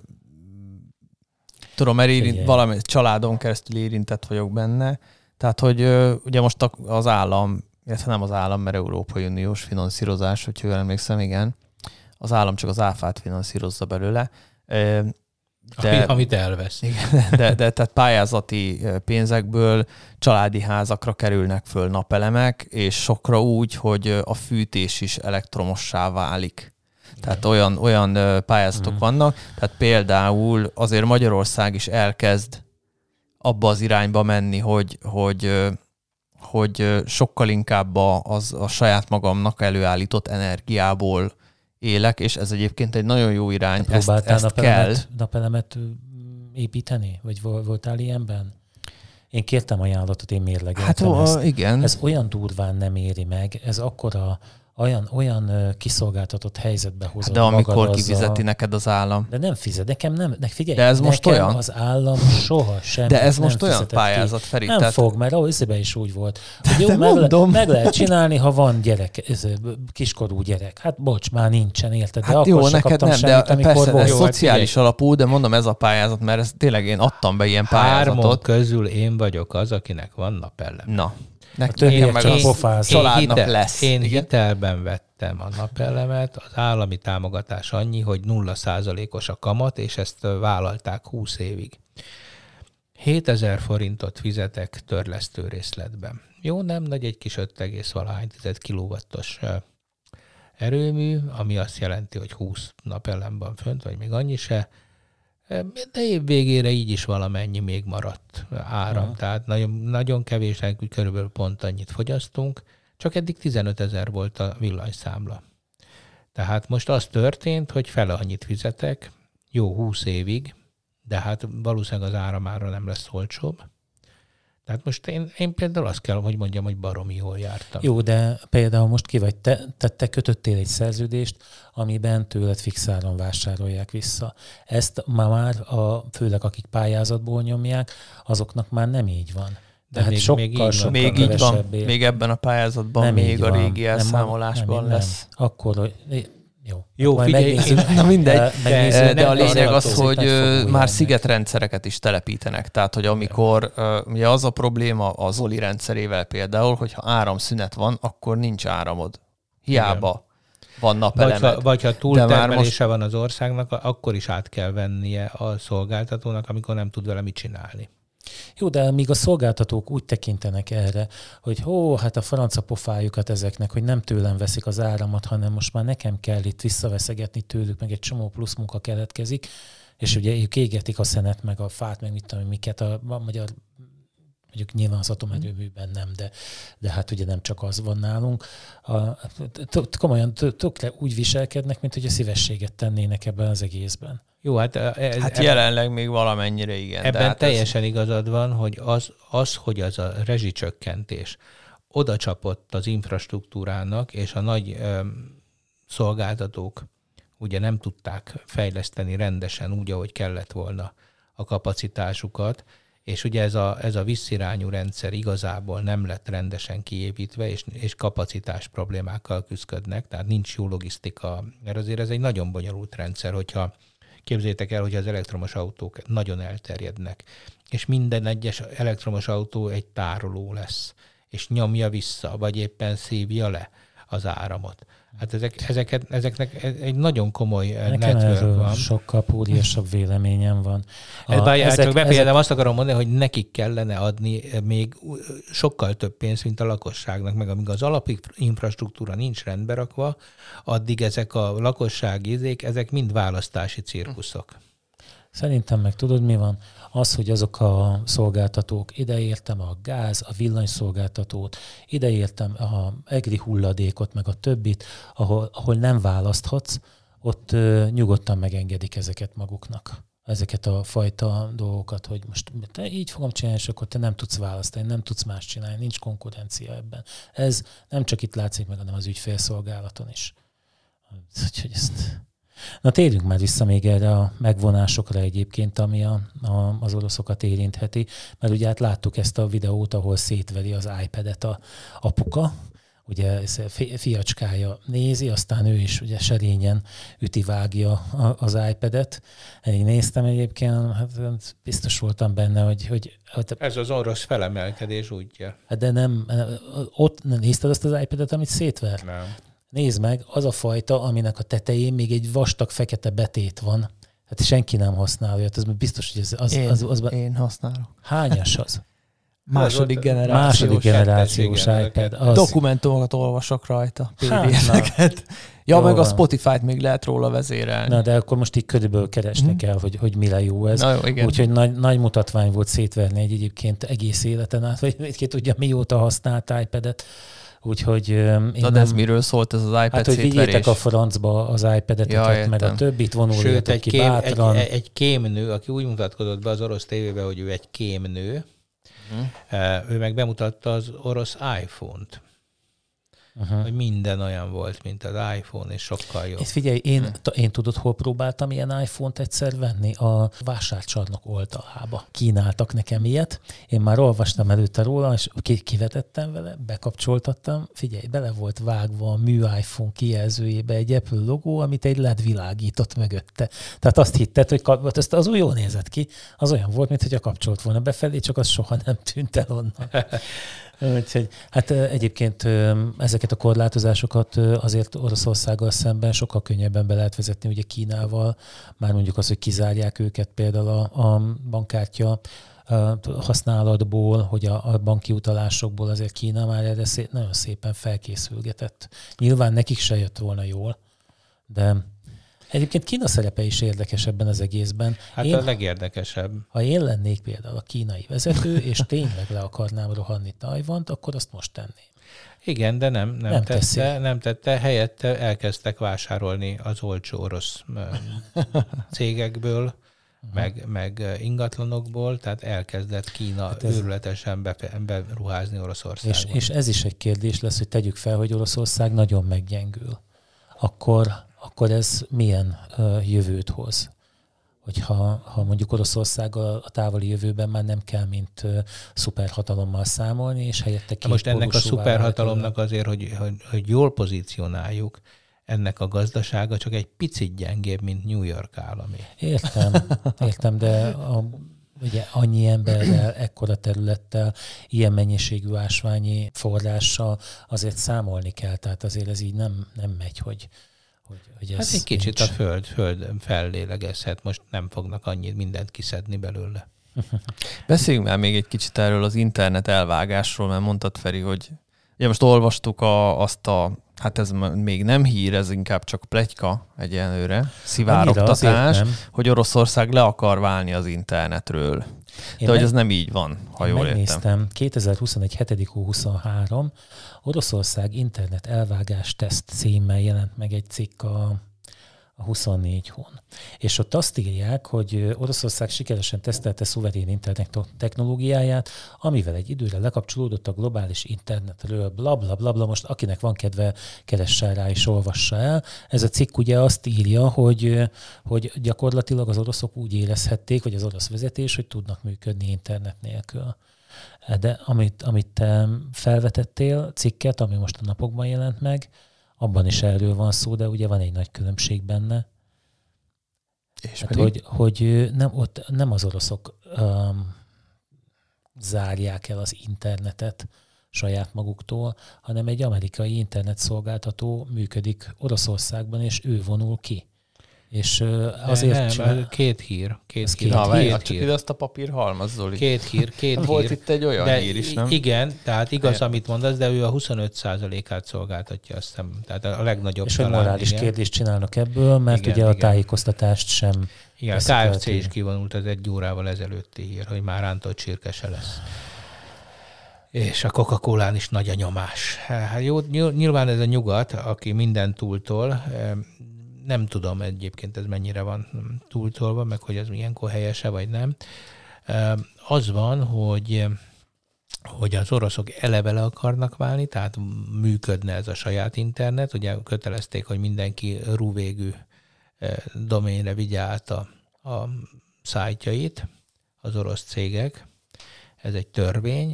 tudom, mert érint, valami családon keresztül érintett vagyok benne. Tehát, hogy uh, ugye most az állam, illetve nem az állam, mert Európai Uniós finanszírozás, hogyha jól emlékszem, igen, az állam csak az áfát finanszírozza belőle. Uh, de, amit elvesz. Igen, de, de tehát pályázati pénzekből családi házakra kerülnek föl napelemek, és sokra úgy, hogy a fűtés is elektromossá válik. Tehát olyan, olyan pályázatok mm. vannak, tehát például azért Magyarország is elkezd abba az irányba menni, hogy, hogy, hogy sokkal inkább az, a saját magamnak előállított energiából élek, és ez egyébként egy nagyon jó irány. Ezt, ezt napelemet, kell. napelemet építeni? Vagy voltál ilyenben? Én kértem ajánlatot, én mérlegeltem hát, ó, ezt. Igen. Ez olyan durván nem éri meg, ez akkora olyan, olyan kiszolgáltatott helyzetbe hozod de amikor magad kifizeti a... neked az állam. De nem fizet, nekem nem, ne, figyelj, de ez nekem most olyan? az állam soha sem. De ez most olyan pályázat, Feri. Nem tehát... fog, mert ahhoz is úgy volt. Hogy jó, de meg, mondom. Le, meg lehet csinálni, ha van gyerek, ez, kiskorú gyerek. Hát bocs, már nincsen, érted? De hát akkor jó, se neked kaptam nem, semmit, de amikor persze, volt. ez Jó, szociális hát alapú, de mondom, ez a pályázat, mert ez tényleg én adtam be ilyen pályázatot. Hármon közül én vagyok az, akinek van napelem. Na. Nekem meg a pofáz. Családnak hitel, lesz. Én igen? hitelben vettem a napelemet, az állami támogatás annyi, hogy nulla százalékos a kamat, és ezt vállalták húsz évig. hétezer forintot fizetek törlesztő részletben. Jó, nem nagy, egy kis öt egész valahány kilowattos erőmű, ami azt jelenti, hogy húsz napelem van fönt, vagy még annyi se. De év végére így is valamennyi még maradt áram. Aha. Tehát nagyon, nagyon kevésnek, körülbelül pont annyit fogyasztunk, csak eddig tizenötezer volt a villanyszámla. Tehát most az történt, hogy fele annyit fizetek, jó húsz évig, de hát valószínűleg az áramára nem lesz olcsóbb. Tehát most én, én például azt kell, hogy mondjam, hogy baromi jól jártam. Jó, de például most ki vagy te, te, te kötöttél egy szerződést, amiben tőled fixáron vásárolják vissza. Ezt ma már, a, főleg akik pályázatból nyomják, azoknak már nem így van. De Tehát még, sokkal, még így sokkal Még így van, kevesebbé. még ebben a pályázatban Nem még így a van. régi Nem, elszámolásban nem, lesz. Nem. Akkor, hogy... Jó, Jó, majd figyelj, megnézzük. Na mindegy, De- megnézzük, de, de a nem lényeg az, tartozik, hogy meg ö, fogó már jelnek. szigetrendszereket is telepítenek. Tehát, hogy amikor ö, ugye az a probléma a Zoli rendszerével például, hogyha áramszünet van, akkor nincs áramod. Hiába Igen. van Vagy napelemed. ha, vagy ha De túltermelése már most- van az országnak, akkor is át kell vennie a szolgáltatónak, amikor nem tud vele mit csinálni. Jó, de míg a szolgáltatók úgy tekintenek erre, hogy hó, hát a franca pofájukat ezeknek, hogy nem tőlem veszik az áramot, hanem most már nekem kell itt visszaveszegetni tőlük, meg egy csomó plusz munka keletkezik, és ugye ők égetik a szenet, meg a fát, meg mit tudom, miket a, a magyar, mondjuk nyilván az atomerőműben nem, de, de hát ugye nem csak az van nálunk. A, komolyan tökre úgy viselkednek, mint hogy a szívességet tennének ebben az egészben. Jó, hát, ez, Hát jelenleg még valamennyire igen. ebben de hát teljesen ez... igazad van, hogy az, az, hogy az a rezsicsökkentés oda csapott az infrastruktúrának, és a nagy öm, szolgáltatók ugye nem tudták fejleszteni rendesen úgy, ahogy kellett volna a kapacitásukat, és ugye ez a, ez a visszirányú rendszer igazából nem lett rendesen kiépítve, és, és kapacitás problémákkal küzdködnek, tehát nincs jó logisztika, mert azért ez egy nagyon bonyolult rendszer, hogyha képzeljétek el, hogy az elektromos autók nagyon elterjednek, és minden egyes elektromos autó egy tároló lesz, és nyomja vissza, vagy éppen szívja le az áramot. Hát ezek, ezeket, ezeknek egy nagyon komoly Nekem network erről van. sokkal púriasabb véleményem van. A, Bár, ezek, csak befejezem, ezek... azt akarom mondani, hogy nekik kellene adni még sokkal több pénzt, mint a lakosságnak, meg amíg az alapinfrastruktúra nincs rendbe rakva, addig ezek a lakossági izék, ezek mind választási cirkuszok. Szerintem meg tudod, mi van? Az, hogy azok a szolgáltatók, ideértem a gáz, a villanyszolgáltatót, ideértem a egri hulladékot, meg a többit, ahol, ahol nem választhatsz, ott ö, nyugodtan megengedik ezeket maguknak. Ezeket a fajta dolgokat, hogy most te így fogom csinálni, és akkor te nem tudsz választani, nem tudsz más csinálni, nincs konkurencia ebben. Ez nem csak itt látszik meg, hanem az ügyfélszolgálaton is. Úgyhogy ezt... Na térjünk már vissza még erre a megvonásokra egyébként, ami a, a, az oroszokat érintheti, mert ugye hát láttuk ezt a videót, ahol szétveri az iPad-et a apuka, ugye fiacskája nézi, aztán ő is ugye serényen üti-vágja az iPad-et. Én néztem egyébként, hát biztos voltam benne, hogy... hogy Ez az orosz felemelkedés útja. De nem, ott nézted azt az iPad-et, amit szétver? Nem. Nézd meg, az a fajta, aminek a tetején még egy vastag fekete betét van. Hát senki nem használja. Ez biztos, hogy ez, az, én, az, az, az... Én használom. Hányas az? Második generációs. Második generációs iPad. Az... Dokumentumokat olvasok rajta, pé dé ef-eket. Ja, jó meg van. A Spotify-t még lehet róla vezérelni. Na, de akkor most így körülbelül keresni hmm. kell, hogy, hogy mire jó ez. Úgyhogy nagy, nagy mutatvány volt szétverni egy egyébként egész életen át, vagy ki tudja, mióta használt iPad-et. Úgyhogy... Na de ez nem... miről szólt ez az iPad hát, hogy szétverés? vigyétek a francba az iPad-et, ja, meg értem. A többit vonuljatok ki kém, bátran. Egy, egy kémnő, aki úgy mutatkozott be az orosz tévében, hogy ő egy kémnő, uh-huh. ő meg bemutatta az orosz iPhone-t. Uh-huh. Hogy minden olyan volt, mint az iPhone, és sokkal jobb. És figyelj, én, uh-huh. én tudod, hol próbáltam ilyen iPhone-t egyszer venni? A vásárcsarnok oldalába. Kínáltak nekem ilyet. Én már olvastam előtte róla, és kivetettem vele, bekapcsoltattam. Figyelj, bele volt vágva a mű iPhone kijelzőjébe egy Apple logó, amit egy led világított mögötte. Tehát azt hitted, hogy kap... az úgy jól nézett ki. Az olyan volt, mintha kapcsolt volna befelé, csak az soha nem tűnt el onnan. Úgyhogy, hát egyébként ezeket a korlátozásokat azért Oroszországgal szemben sokkal könnyebben be lehet vezetni, ugye Kínával, már mondjuk az, hogy kizárják őket például a, a bankkártya használatból, hogy a, a banki utalásokból azért Kína már erre szép, nagyon szépen felkészülgetett. Nyilván nekik se jött volna jól, de egyébként Kína szerepe is érdekes ebben az egészben. Hát én, a legérdekesebb. Ha én lennék például a kínai vezető, és tényleg le akarnám rohanni Tajvant, akkor azt most tenném. Igen, de nem, nem, nem, tette, nem tette. Helyette elkezdtek vásárolni az olcsó orosz cégekből meg, meg ingatlanokból, tehát elkezdett Kína hát ez... őrületesen be, beruházni Oroszországba. És, és ez is egy kérdés lesz, hogy tegyük fel, hogy Oroszország nagyon meggyengül. Akkor, akkor ez milyen uh, jövőt hoz? Hogyha ha mondjuk Oroszországgal a távoli jövőben már nem kell, mint uh, szuperhatalommal számolni, és helyette két most ennek a szuperhatalomnak azért, hogy, hogy, hogy jól pozícionáljuk, ennek a gazdasága csak egy picit gyengébb, mint New York állami. Értem, értem, de a, ugye annyi emberrel, ekkora területtel, ilyen mennyiségű ásványi forrással azért számolni kell, tehát azért ez így nem, nem megy, hogy, hogy, hogy ez hát egy kicsit nincs. A föld, föld fellélegezhet, most nem fognak annyit mindent kiszedni belőle. Beszéljünk már még egy kicsit erről az internet elvágásról, mert mondtad, Feri, hogy ugye most olvastuk a, azt a, hát ez még nem hír, ez inkább csak pletyka egyenlőre, szivárogtatás, hogy Oroszország le akar válni az internetről. Én De meg, hogy ez nem így van, ha jól értem. Megnéztem, kétezer-huszonegy. hetedik hó huszonhárom Oroszország internet elvágás teszt címmel jelent meg egy cikk a a huszonnégy hón. És ott azt írják, hogy Oroszország sikeresen tesztelte szuverén internet technológiáját, amivel egy időre lekapcsolódott a globális internetről, bla bla bla bla, most akinek van kedve, keressen rá és olvassa el. Ez a cikk ugye azt írja, hogy, hogy gyakorlatilag az oroszok úgy érezhették, vagy az orosz vezetés, hogy tudnak működni internet nélkül. De amit, amit te felvetettél, cikket, ami most a napokban jelent meg, abban is erről van szó, de ugye van egy nagy különbség benne. És hát, hogy, hogy nem, ott nem az oroszok um, zárják el az internetet saját maguktól, hanem egy amerikai internetszolgáltató működik Oroszországban, és ő vonul ki. És azért nem, csinál... két hír. Két Ez hír. Na, két várj, hír. csak ide azt a papír halmaz, Zoli. Két hír, két hír. Volt itt egy olyan de hír is, nem? Igen, tehát igaz, Igen. amit mondasz, de ő a huszonöt százalékát szolgáltatja, azt hiszem, tehát a legnagyobb. És talán, egy morális igen. kérdést csinálnak ebből, mert Igen, ugye a igen. tájékoztatást sem... Igen, a ká ef cé is kivonult, ez egy órával ezelőtti hír, hogy már rántott csirke se lesz. És a Coca-Colán is nagy a nyomás. Hát jó, nyilván ez a nyugat, aki minden túltol, nem tudom egyébként ez mennyire van túltolva, meg hogy ez ilyenkor helyese, vagy nem. Az van, hogy, hogy az oroszok eleve le akarnak válni, tehát működne ez a saját internet. Ugye kötelezték, hogy mindenki rú-végű doménre vigye át a, a szájtjait, az orosz cégek. Ez egy törvény.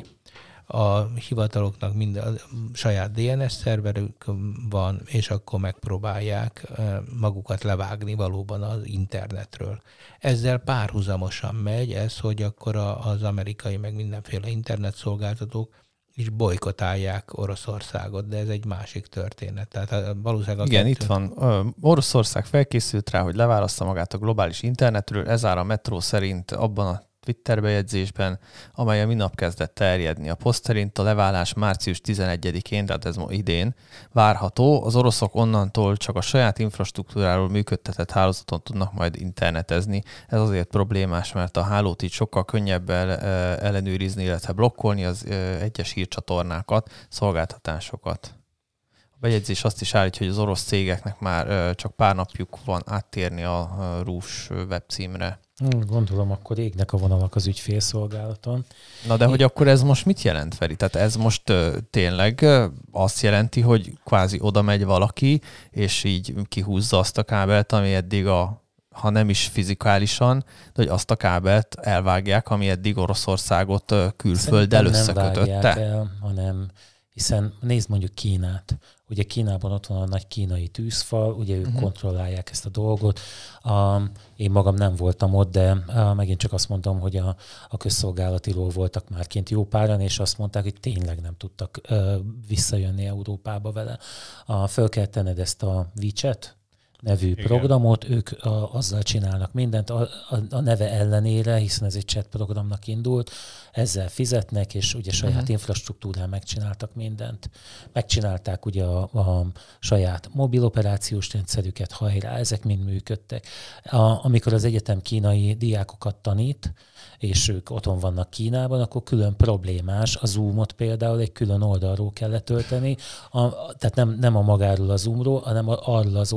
A hivataloknak mind a saját dé en es szerverük van, és akkor megpróbálják magukat levágni valóban az internetről. Ezzel párhuzamosan megy ez, hogy akkor az amerikai meg mindenféle internetszolgáltatók is bolykotálják Oroszországot, de ez egy másik történet. Tehát valószínűleg Igen, kettő... itt van. Oroszország felkészült rá, hogy leválassza magát a globális internetről, ez áll a Metro szerint abban a Twitter bejegyzésben, amely a minap kezdett terjedni. A poszt szerint a leválás március tizenegyedikén, tehát ez ma idén várható. Az oroszok onnantól csak a saját infrastruktúráról működtetett hálózaton tudnak majd internetezni. Ez azért problémás, mert a hálót így sokkal könnyebb ellenőrizni, illetve blokkolni az egyes hírcsatornákat, szolgáltatásokat. A bejegyzés azt is állítja, hogy az orosz cégeknek már csak pár napjuk van áttérni a rús webcímre. Gondolom, akkor égnek a vonalak az ügyfélszolgálaton. Na de hogy akkor ez most mit jelent, Feri? Tehát ez most uh, tényleg uh, azt jelenti, hogy kvázi oda megy valaki, és így kihúzza azt a kábelt, ami eddig a, ha nem is fizikálisan, de hogy azt a kábelt elvágják, ami eddig Oroszországot uh, külfölddel összekötötte. Nem vágják el, hanem hiszen nézd mondjuk Kínát. Ugye Kínában ott van a nagy kínai tűzfal, ugye ők uh-huh. kontrollálják ezt a dolgot. Um, én magam nem voltam ott, de uh, megint csak azt mondom, hogy a, a közszolgálatiról voltak már kint jó páran, és azt mondták, hogy tényleg nem tudtak uh, visszajönni Európába vele. Uh, föl kell tenned ezt a WeChat nevű Igen. programot, ők a, azzal csinálnak mindent, a, a, a neve ellenére, hiszen ez egy chat programnak indult, ezzel fizetnek, és ugye saját uh-huh. infrastruktúrán megcsináltak mindent. Megcsinálták ugye a, a saját mobil operációs rendszerüket, hajrá, ezek mind működtek. A, amikor az egyetem kínai diákokat tanít, és ők otthon vannak Kínában, akkor külön problémás. A Zoomot például egy külön oldalról kell letölteni, a, tehát nem, nem a magáról a Zoomról, hanem arról az oldalról,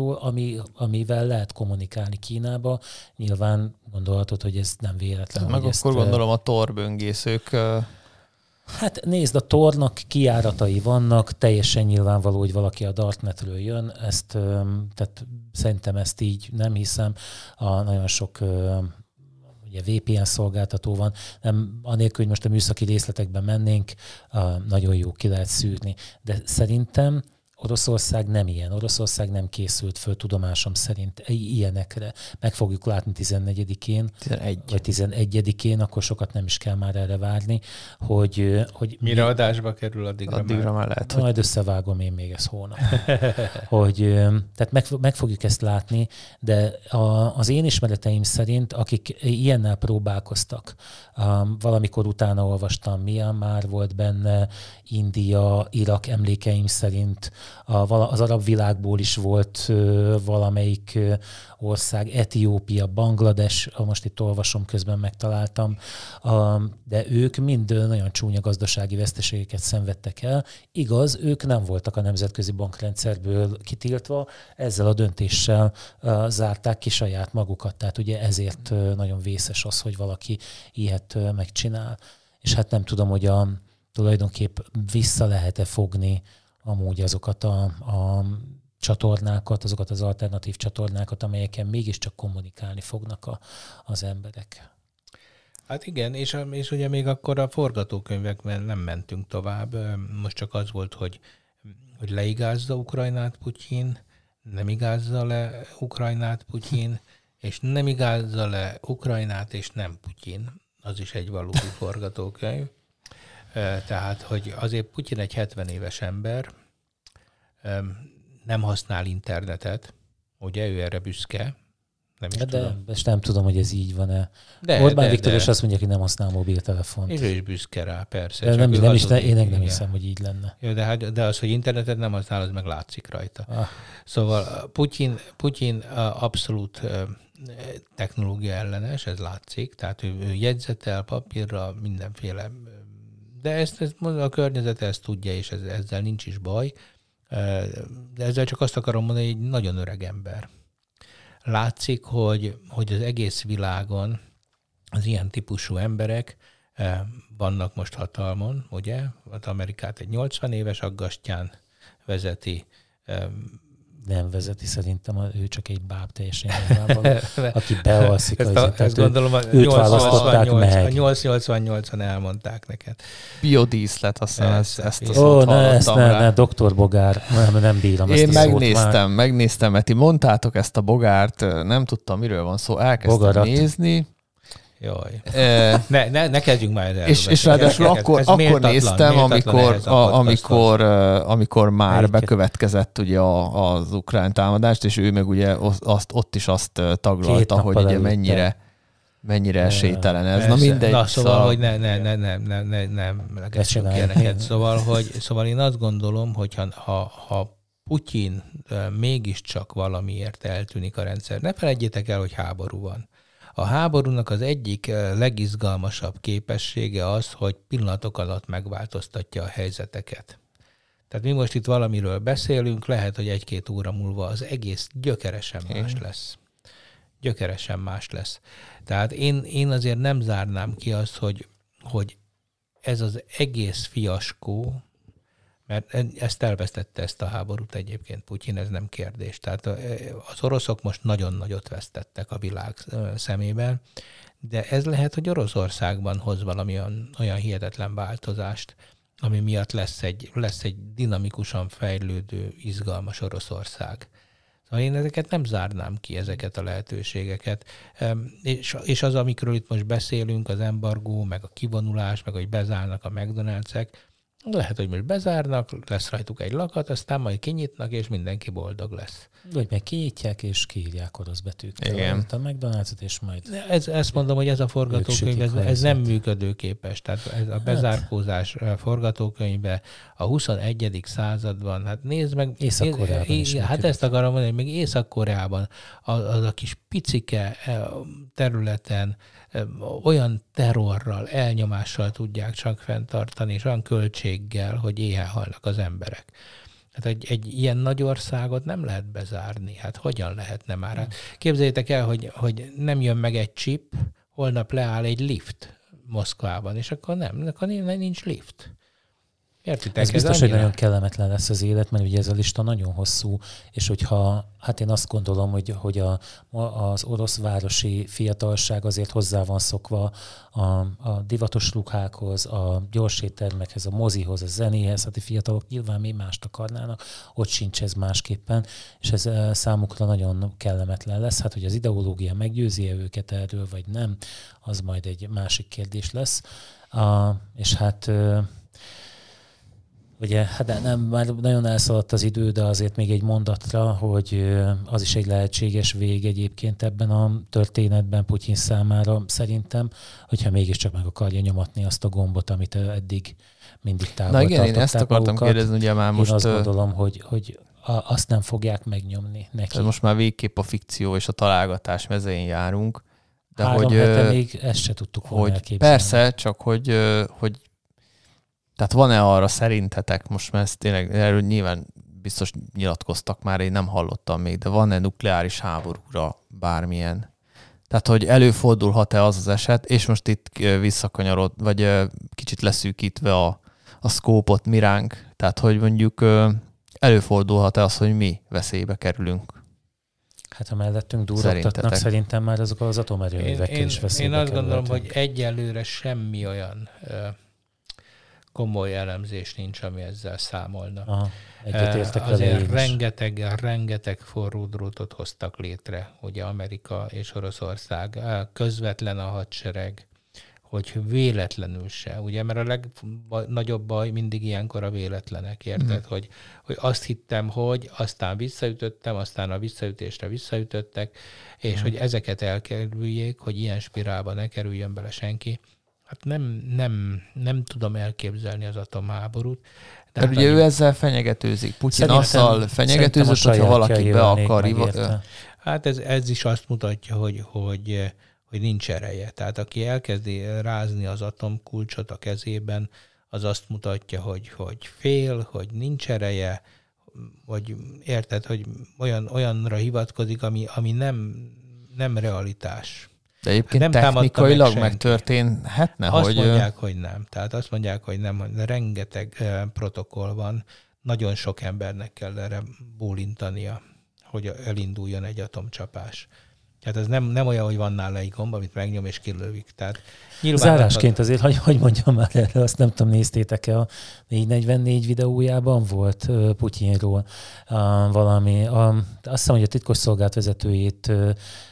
arról, ami, amivel lehet kommunikálni Kínába. Nyilván gondolhatod, hogy ez nem véletlen. Meg hogy akkor ezt, gondolom a torböngészők. Hát nézd, a tornak kijáratai vannak, teljesen nyilvánvaló, hogy valaki a Darknetről jön, ezt, tehát szerintem ezt így nem hiszem. A nagyon sok ugye vé pé en szolgáltató van, nem, anélkül, hogy most a műszaki részletekben mennénk, nagyon jó ki lehet szűrni. De szerintem Oroszország nem ilyen. Oroszország nem készült föl tudomásom szerint ilyenekre. Meg fogjuk látni tizennegyedikén, tizenegy vagy tizenegyedikén, akkor sokat nem is kell már erre várni, hogy... hogy Mire mi... adásba kerül, addigra, addigra már lehet, hogy... Majd összevágom én még ezt hónap. hogy, tehát meg, meg fogjuk ezt látni, de a, az én ismereteim szerint, akik ilyennel próbálkoztak, um, valamikor utána olvastam, Myanmar volt benne, India, Irak emlékeim szerint, a, az arab világból is volt uh, valamelyik uh, ország, Etiópia, Banglades, most itt olvasom, közben megtaláltam, uh, de ők mind nagyon csúnya gazdasági veszteségeket szenvedtek el. Igaz, ők nem voltak a nemzetközi bankrendszerből kitiltva, ezzel a döntéssel uh, zárták ki saját magukat, tehát ugye ezért uh, nagyon vészes az, hogy valaki ilyet uh, megcsinál. És hát nem tudom, hogy a, tulajdonképp vissza lehet-e fogni amúgy azokat a, a csatornákat, azokat az alternatív csatornákat, amelyeken mégiscsak kommunikálni fognak a, az emberek. Hát igen, és, és ugye még akkor a forgatókönyvekben nem mentünk tovább. Most csak az volt, hogy, hogy leigázza Ukrajnát Putyin, nem igázza le Ukrajnát Putyin, és nem igázza le Ukrajnát, és nem Putyin. Az is egy valódi forgatókönyv. Tehát, hogy azért Putyin egy hetven éves ember, nem használ internetet, ugye ő erre büszke, nem is de, tudom. De, és nem tudom, hogy ez így van-e. De, Orbán de, Viktor de. is azt mondja, hogy nem használ mobiltelefont. És ő is büszke rá, persze. De nem, nem is, hazudik, én nem igen. hiszem, hogy így lenne. Jó, de, hát, de az, hogy internetet nem használ, az meg látszik rajta. Ah. Szóval Putyin, Putyin abszolút technológia ellenes, ez látszik, tehát ő, ő jegyzetel papírra mindenféle, de ezt, ezt a környezete ezt tudja, és ez, ezzel nincs is baj. De ezzel csak azt akarom mondani, hogy egy nagyon öreg ember. Látszik, hogy, hogy az egész világon az ilyen típusú emberek vannak most hatalmon, ugye? Az Amerikát egy nyolcvan éves aggastyán vezeti. Nem vezeti, szerintem ő csak egy báb teljesen nyilvánvaló, aki bealszik. Ezt, az, a, ezt gondolom, a őt választották meg. A nyolc nyolcvannyolcon elmondták neked. Biodíszlet, azt hiszem, ezt, ezt a Ó, szót ne, ezt ne, rá. ne, doktor Bogár, nem, nem bírom Én ezt a megnéztem, szót már. megnéztem, mert ti mondtátok ezt a bogárt, nem tudtam, miről van szó, elkezdtem Bogarat. nézni. Jaj. E, ne, ne, ne kezdjünk már erről. és, és ráadásul ez, akkor, ez akkor méltatlan, néztem, méltatlan amikor, a, amikor, amikor már Melyiket? bekövetkezett ugye a, az ukrán támadást, és ő meg ugye azt, ott is azt taglalta, hogy ugye mennyire, mennyire esélytelen ez. Persze. Na mindegy. Na, szóval, szóval, hogy ne, ne, ne, ne, ne, ne, ne, ne kezdjünk ilyeneket. Szóval, hogy, szóval én azt gondolom, hogy ha, ha, ha Putyin mégiscsak valamiért eltűnik a rendszer, ne felejtjétek el, hogy háború van. A háborúnak az egyik legizgalmasabb képessége az, hogy pillanatok alatt megváltoztatja a helyzeteket. Tehát mi most itt valamiről beszélünk, lehet, hogy egy-két óra múlva az egész gyökeresen más lesz. Gyökeresen más lesz. Tehát én, én azért nem zárnám ki azt, hogy, hogy ez az egész fiaskó, mert ezt elvesztette ezt a háborút egyébként Putyin, ez nem kérdés. Tehát az oroszok most nagyon nagyot vesztettek a világ szemében, de ez lehet, hogy Oroszországban hoz valami olyan, olyan hihetetlen változást, ami miatt lesz egy, lesz egy dinamikusan fejlődő, izgalmas Oroszország. Szóval én ezeket nem zárnám ki, ezeket a lehetőségeket. És, és az, amikről itt most beszélünk, az embargó, meg a kivonulás, meg hogy bezárnak a McDonald's-ek, lehet, hogy most bezárnak, lesz rajtuk egy lakat, aztán majd kinyitnak, és mindenki boldog lesz. Vagy meg kinyitják, és kiírják orosz betűkkel. Igen. A McDonald's-et, és majd... Ez, ezt mondom, hogy ez a forgatókönyv, ez, ez nem működőképes. Tehát ez a bezárkózás hát. forgatókönyve a huszonegyedik században, hát nézd meg... Észak-Koreában nézd, is Hát ezt akarom mondani, hogy még Észak-Koreában az, az a kis picike területen olyan terrorral, elnyomással tudják csak fenntartani, és olyan költséggel, hogy éhen halnak az emberek. Hát egy, egy ilyen nagy országot nem lehet bezárni. Hát hogyan lehetne már? Hát képzeljétek el, hogy, hogy nem jön meg egy chip, holnap leáll egy lift Moszkvában, és akkor nem, akkor nincs lift. Értitek? Ez biztos, ez hogy nagyon kellemetlen lesz az élet, mert ugye ez a lista nagyon hosszú, és hogyha, hát én azt gondolom, hogy, hogy a, az orosz városi fiatalság azért hozzá van szokva a, a divatos ruhákhoz, a gyors éttermekhez, a mozihoz, a zenéhez, hát a fiatalok nyilván mi mást akarnának, ott sincs ez másképpen, és ez számukra nagyon kellemetlen lesz. Hát, hogy az ideológia meggyőzi-e őket erről, vagy nem, az majd egy másik kérdés lesz. A, és hát ugye, hát nem, már nagyon elszaladt az idő, de azért még egy mondatra, hogy az is egy lehetséges vég egyébként ebben a történetben Putyin számára szerintem, hogyha mégiscsak meg akarja nyomatni azt a gombot, amit eddig mindig távol Na igen, tartották én ezt akartam magukat. kérdezni, ugye már most... Én azt gondolom, hogy, hogy azt nem fogják megnyomni neki. Most már végképp a fikció és a találgatás mezején járunk. De Három hogy, hete még ezt se tudtuk volna hogy elképzelni. Persze, csak hogy, hogy tehát van-e arra szerintetek, most már ezt tényleg, erről nyilván biztos nyilatkoztak már, én nem hallottam még, de van-e nukleáris háborúra bármilyen? Tehát, hogy előfordulhat-e az az eset, és most itt visszakanyarod, vagy kicsit leszűkítve a, a szkópot miránk, tehát, hogy mondjuk előfordulhat-e az, hogy mi veszélybe kerülünk? Hát ha mellettünk durogtatnak, szerintem már azok az atomerőművekkel is veszélybe Én azt gondolom, kerülhetünk. hogy egyelőre semmi olyan ö, komoly elemzés nincs, ami ezzel számolna. Aha, egyetértek vele Azért én is. rengeteg, rengeteg forró drótot hoztak létre, ugye Amerika és Oroszország, közvetlen a hadsereg, hogy véletlenül se, ugye, mert a legnagyobb baj mindig ilyenkor a véletlenek, érted, mm. hogy, hogy azt hittem, hogy aztán visszaütöttem, aztán a visszaütésre visszaütöttek, és mm. hogy ezeket elkerüljék, hogy ilyen spirálba ne kerüljön bele senki. Hát nem, nem, nem tudom elképzelni az atomháborút. De mert hát ugye annyi... ő ezzel fenyegetőzik. Putyin azzal fenyegetőzött, hogyha valaki be akar... Hát ez, ez is azt mutatja, hogy, hogy hogy nincs ereje. Tehát aki elkezdi rázni az atomkulcsot a kezében, az azt mutatja, hogy, hogy fél, hogy nincs ereje, vagy érted, hogy olyan, olyanra hivatkozik, ami, ami nem, nem realitás. De egyébként nem technikailag meg megtörténhetne, azt hogy... Azt mondják, hogy nem. Tehát azt mondják, hogy nem. Rengeteg uh, protokoll van, nagyon sok embernek kell erre bólintania, hogy elinduljon egy atomcsapás. Tehát ez nem, nem olyan, hogy van nála egy gomb, amit megnyom és kilövik. Tehát zárásként azért, hogy, hogy mondjam már erre, azt nem tudom, néztétek-e a négyszáznegyvennégy videójában volt uh, Putyinról uh, valami, uh, azt hiszem, hogy a titkosszolgált vezetőjét uh,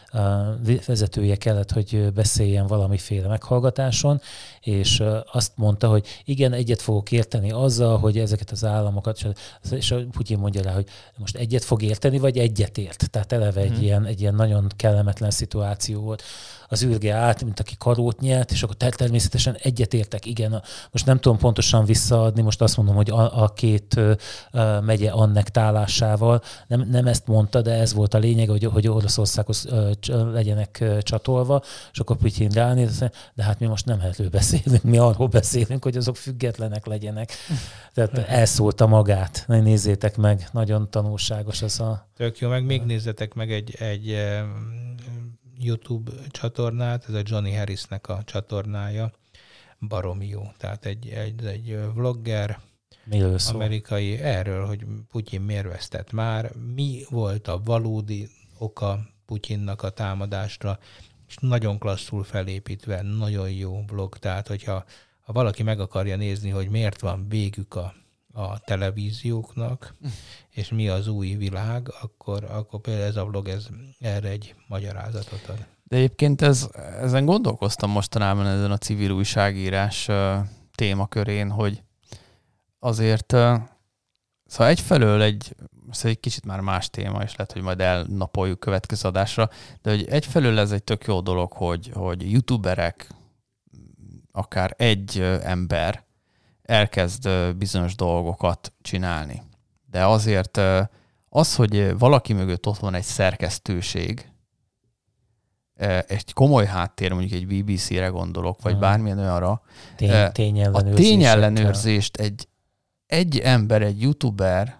vezetője kellett, hogy beszéljen valamiféle meghallgatáson, és azt mondta, hogy igen, egyet fogok érteni azzal, hogy ezeket az államokat, és a Putyin mondja rá, hogy most egyet fog érteni, vagy egyet ért. Tehát eleve egy, hmm. ilyen, egy ilyen nagyon kellemetlen szituáció volt. Az űrge állt, mint aki karót nyert, és akkor természetesen egyet értek, igen. Most nem tudom pontosan visszaadni, most azt mondom, hogy a, a két uh, megye annektálásával, nem, nem ezt mondta, de ez volt a lényeg, hogy, hogy Oroszországhoz uh, legyenek uh, csatolva, és akkor Putyin ránéz, de hát mi most nem erről beszélünk, mi arról beszélünk, hogy azok függetlenek legyenek. Tehát elszólta magát. Nézzétek meg, nagyon tanulságos az a... Tök jó, meg még nézzetek meg egy, egy YouTube csatornát, ez a Johnny Harrisnek a csatornája, baromi jó. Tehát egy, egy, egy vlogger, amerikai, erről, hogy Putyin miért vesztett már, mi volt a valódi oka Putyinnak a támadásra, és nagyon klasszul felépítve, nagyon jó vlog. Tehát, hogyha ha valaki meg akarja nézni, hogy miért van végük a, a televízióknak, és mi az új világ, akkor, akkor például ez a vlog ez, erre egy magyarázatot ad. De egyébként ez, ezen gondolkoztam mostanában ezen a civil újságírás uh, témakörén, hogy azért uh, szóval egyfelől egy, szóval egy kicsit már más téma, és lehet, hogy majd elnapoljuk következő adásra, de hogy egyfelől ez egy tök jó dolog, hogy, hogy youtuberek, akár egy ember elkezd bizonyos dolgokat csinálni. De azért az, hogy valaki mögött ott van egy szerkesztőség, egy komoly háttér, mondjuk egy bé bé cé-re gondolok, vagy bármilyen olyanra, Tény, a tényellenőrzést egy, egy ember, egy youtuber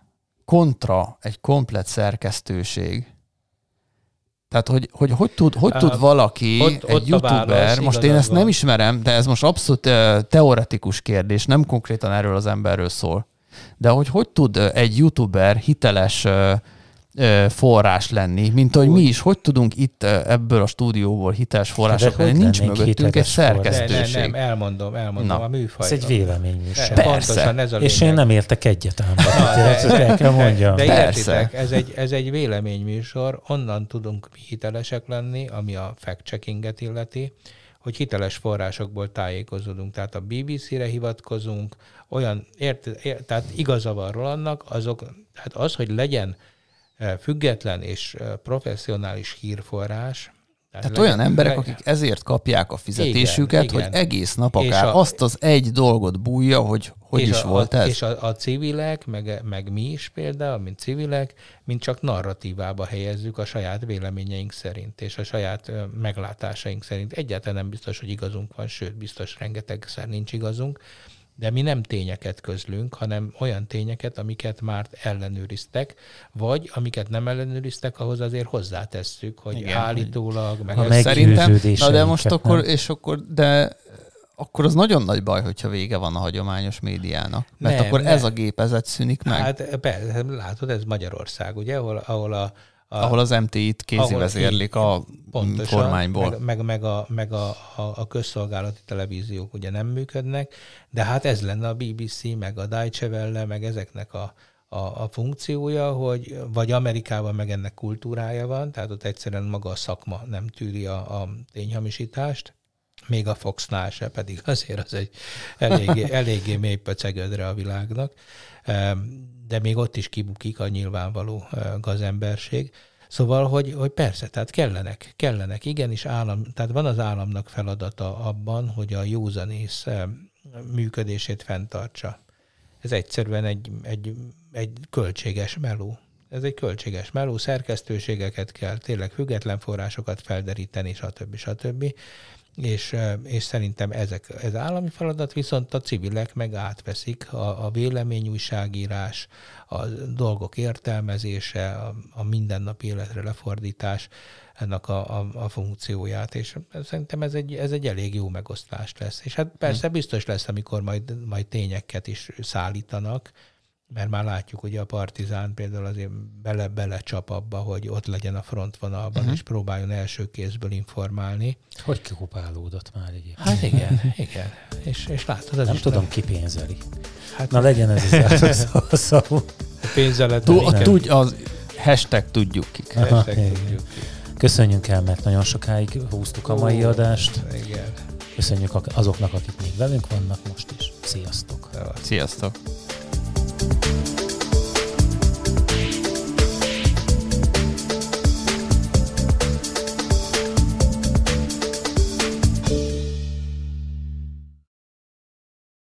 kontra egy komplett szerkesztőség. Tehát, hogy hogy, hogy, tud, hogy Uh, tud valaki, ott, egy ott youtuber, válasz, most én ezt van. nem ismerem, de ez most abszolút uh, teoretikus kérdés, nem konkrétan erről az emberről szól. De hogy hogy tud uh, egy youtuber hiteles uh, uh, forrás lenni, mint ahogy mi is, hogy tudunk itt uh, ebből a stúdióból hiteles források lenni, nincs mögöttünk egy szerkesztőség. Nem, nem, elmondom, elmondom Na. a műfajt. Ez egy véleményműsor. Pontosan ez a És én nem értek egyet ám. de, el kell mondjam. de Persze. értitek, ez egy, ez egy véleményműsor, onnan tudunk mi hitelesek lenni, ami a fact-checkinget illeti, hogy hiteles forrásokból tájékozódunk. Tehát a bé bé cére hivatkozunk, olyan, ért, ért, tehát igaza van Rolandnak, azok, tehát az, hogy legyen független és professzionális hírforrás. Tehát legyen, olyan emberek, legyen, akik ezért kapják a fizetésüket, igen, hogy igen. egész nap És akár a- azt az egy dolgot bújja, hogy hogy és is a, volt a, ez. És a, a civilek, meg, meg mi is például, mint civilek, mint csak narratívába helyezzük a saját véleményeink szerint, és a saját ö, meglátásaink szerint. Egyáltalán nem biztos, hogy igazunk van, sőt, biztos rengetegszer nincs igazunk, de mi nem tényeket közlünk, hanem olyan tényeket, amiket már ellenőriztek, vagy amiket nem ellenőriztek, ahhoz azért hozzátesszük, hogy Igen, állítólag, meg Ha ez meg- Szerintem, na de most meggyőződéseinket, akkor, nem? és akkor, de akkor az nagyon nagy baj, hogyha vége van a hagyományos médiának. Mert Nem, akkor nem. ez a gépezet szűnik meg, hát, Hát persze, látod, ez Magyarország, ugye, ahol, ahol a, a ahol az em té i-t kézi ahol vezérlik a pontosan, kormányból. Meg, meg, meg, a, meg a, a, a közszolgálati televíziók ugye nem működnek, de hát ez lenne a bé bé cé, meg a Deutsche Welle, meg ezeknek a, a, a funkciója, hogy vagy Amerikában meg ennek kultúrája van, tehát ott egyszerűen maga a szakma nem tűri a, a tényhamisítást, még a Foxnál se, pedig azért az egy eléggé, eléggé mély pöcegödre a világnak, de még ott is kibukik a nyilvánvaló gazemberség. Szóval, hogy, hogy persze, tehát kellenek, kellenek, igenis állam, tehát van az államnak feladata abban, hogy a józanész működését fenntartsa. Ez egyszerűen egy, egy, egy költséges meló. Ez egy költséges meló, szerkesztőségeket kell, tényleg független forrásokat felderíteni, stb. stb. És, és szerintem ezek, ez állami feladat, viszont a civilek meg átveszik a, a véleményújságírás, a dolgok értelmezése, a, a mindennapi életre lefordítás ennek a, a, a funkcióját, és szerintem ez egy, ez egy elég jó megosztás lesz. És hát persze biztos lesz, amikor majd, majd tényeket is szállítanak, mert már látjuk, hogy a Partizán például azért bele, bele csap abba, hogy ott legyen a frontvonalban, uh-huh. és próbáljon első kézből informálni. Hogy kikopálódott már egyébként? Hát igen, igen. És, és látod, ez Nem is tudom, nem- ki pénzeli. Hát Na legyen ez az a szó. a pénzelet. Tu- Tudj, az hashtag tudjuk kik. Aha, Hashtag igen. tudjuk. Köszönjük el, mert nagyon sokáig húztuk a mai Ó, adást. Igen. Köszönjük azoknak, akik még velünk vannak most is. Sziasztok! Sziasztok. Sziasztok!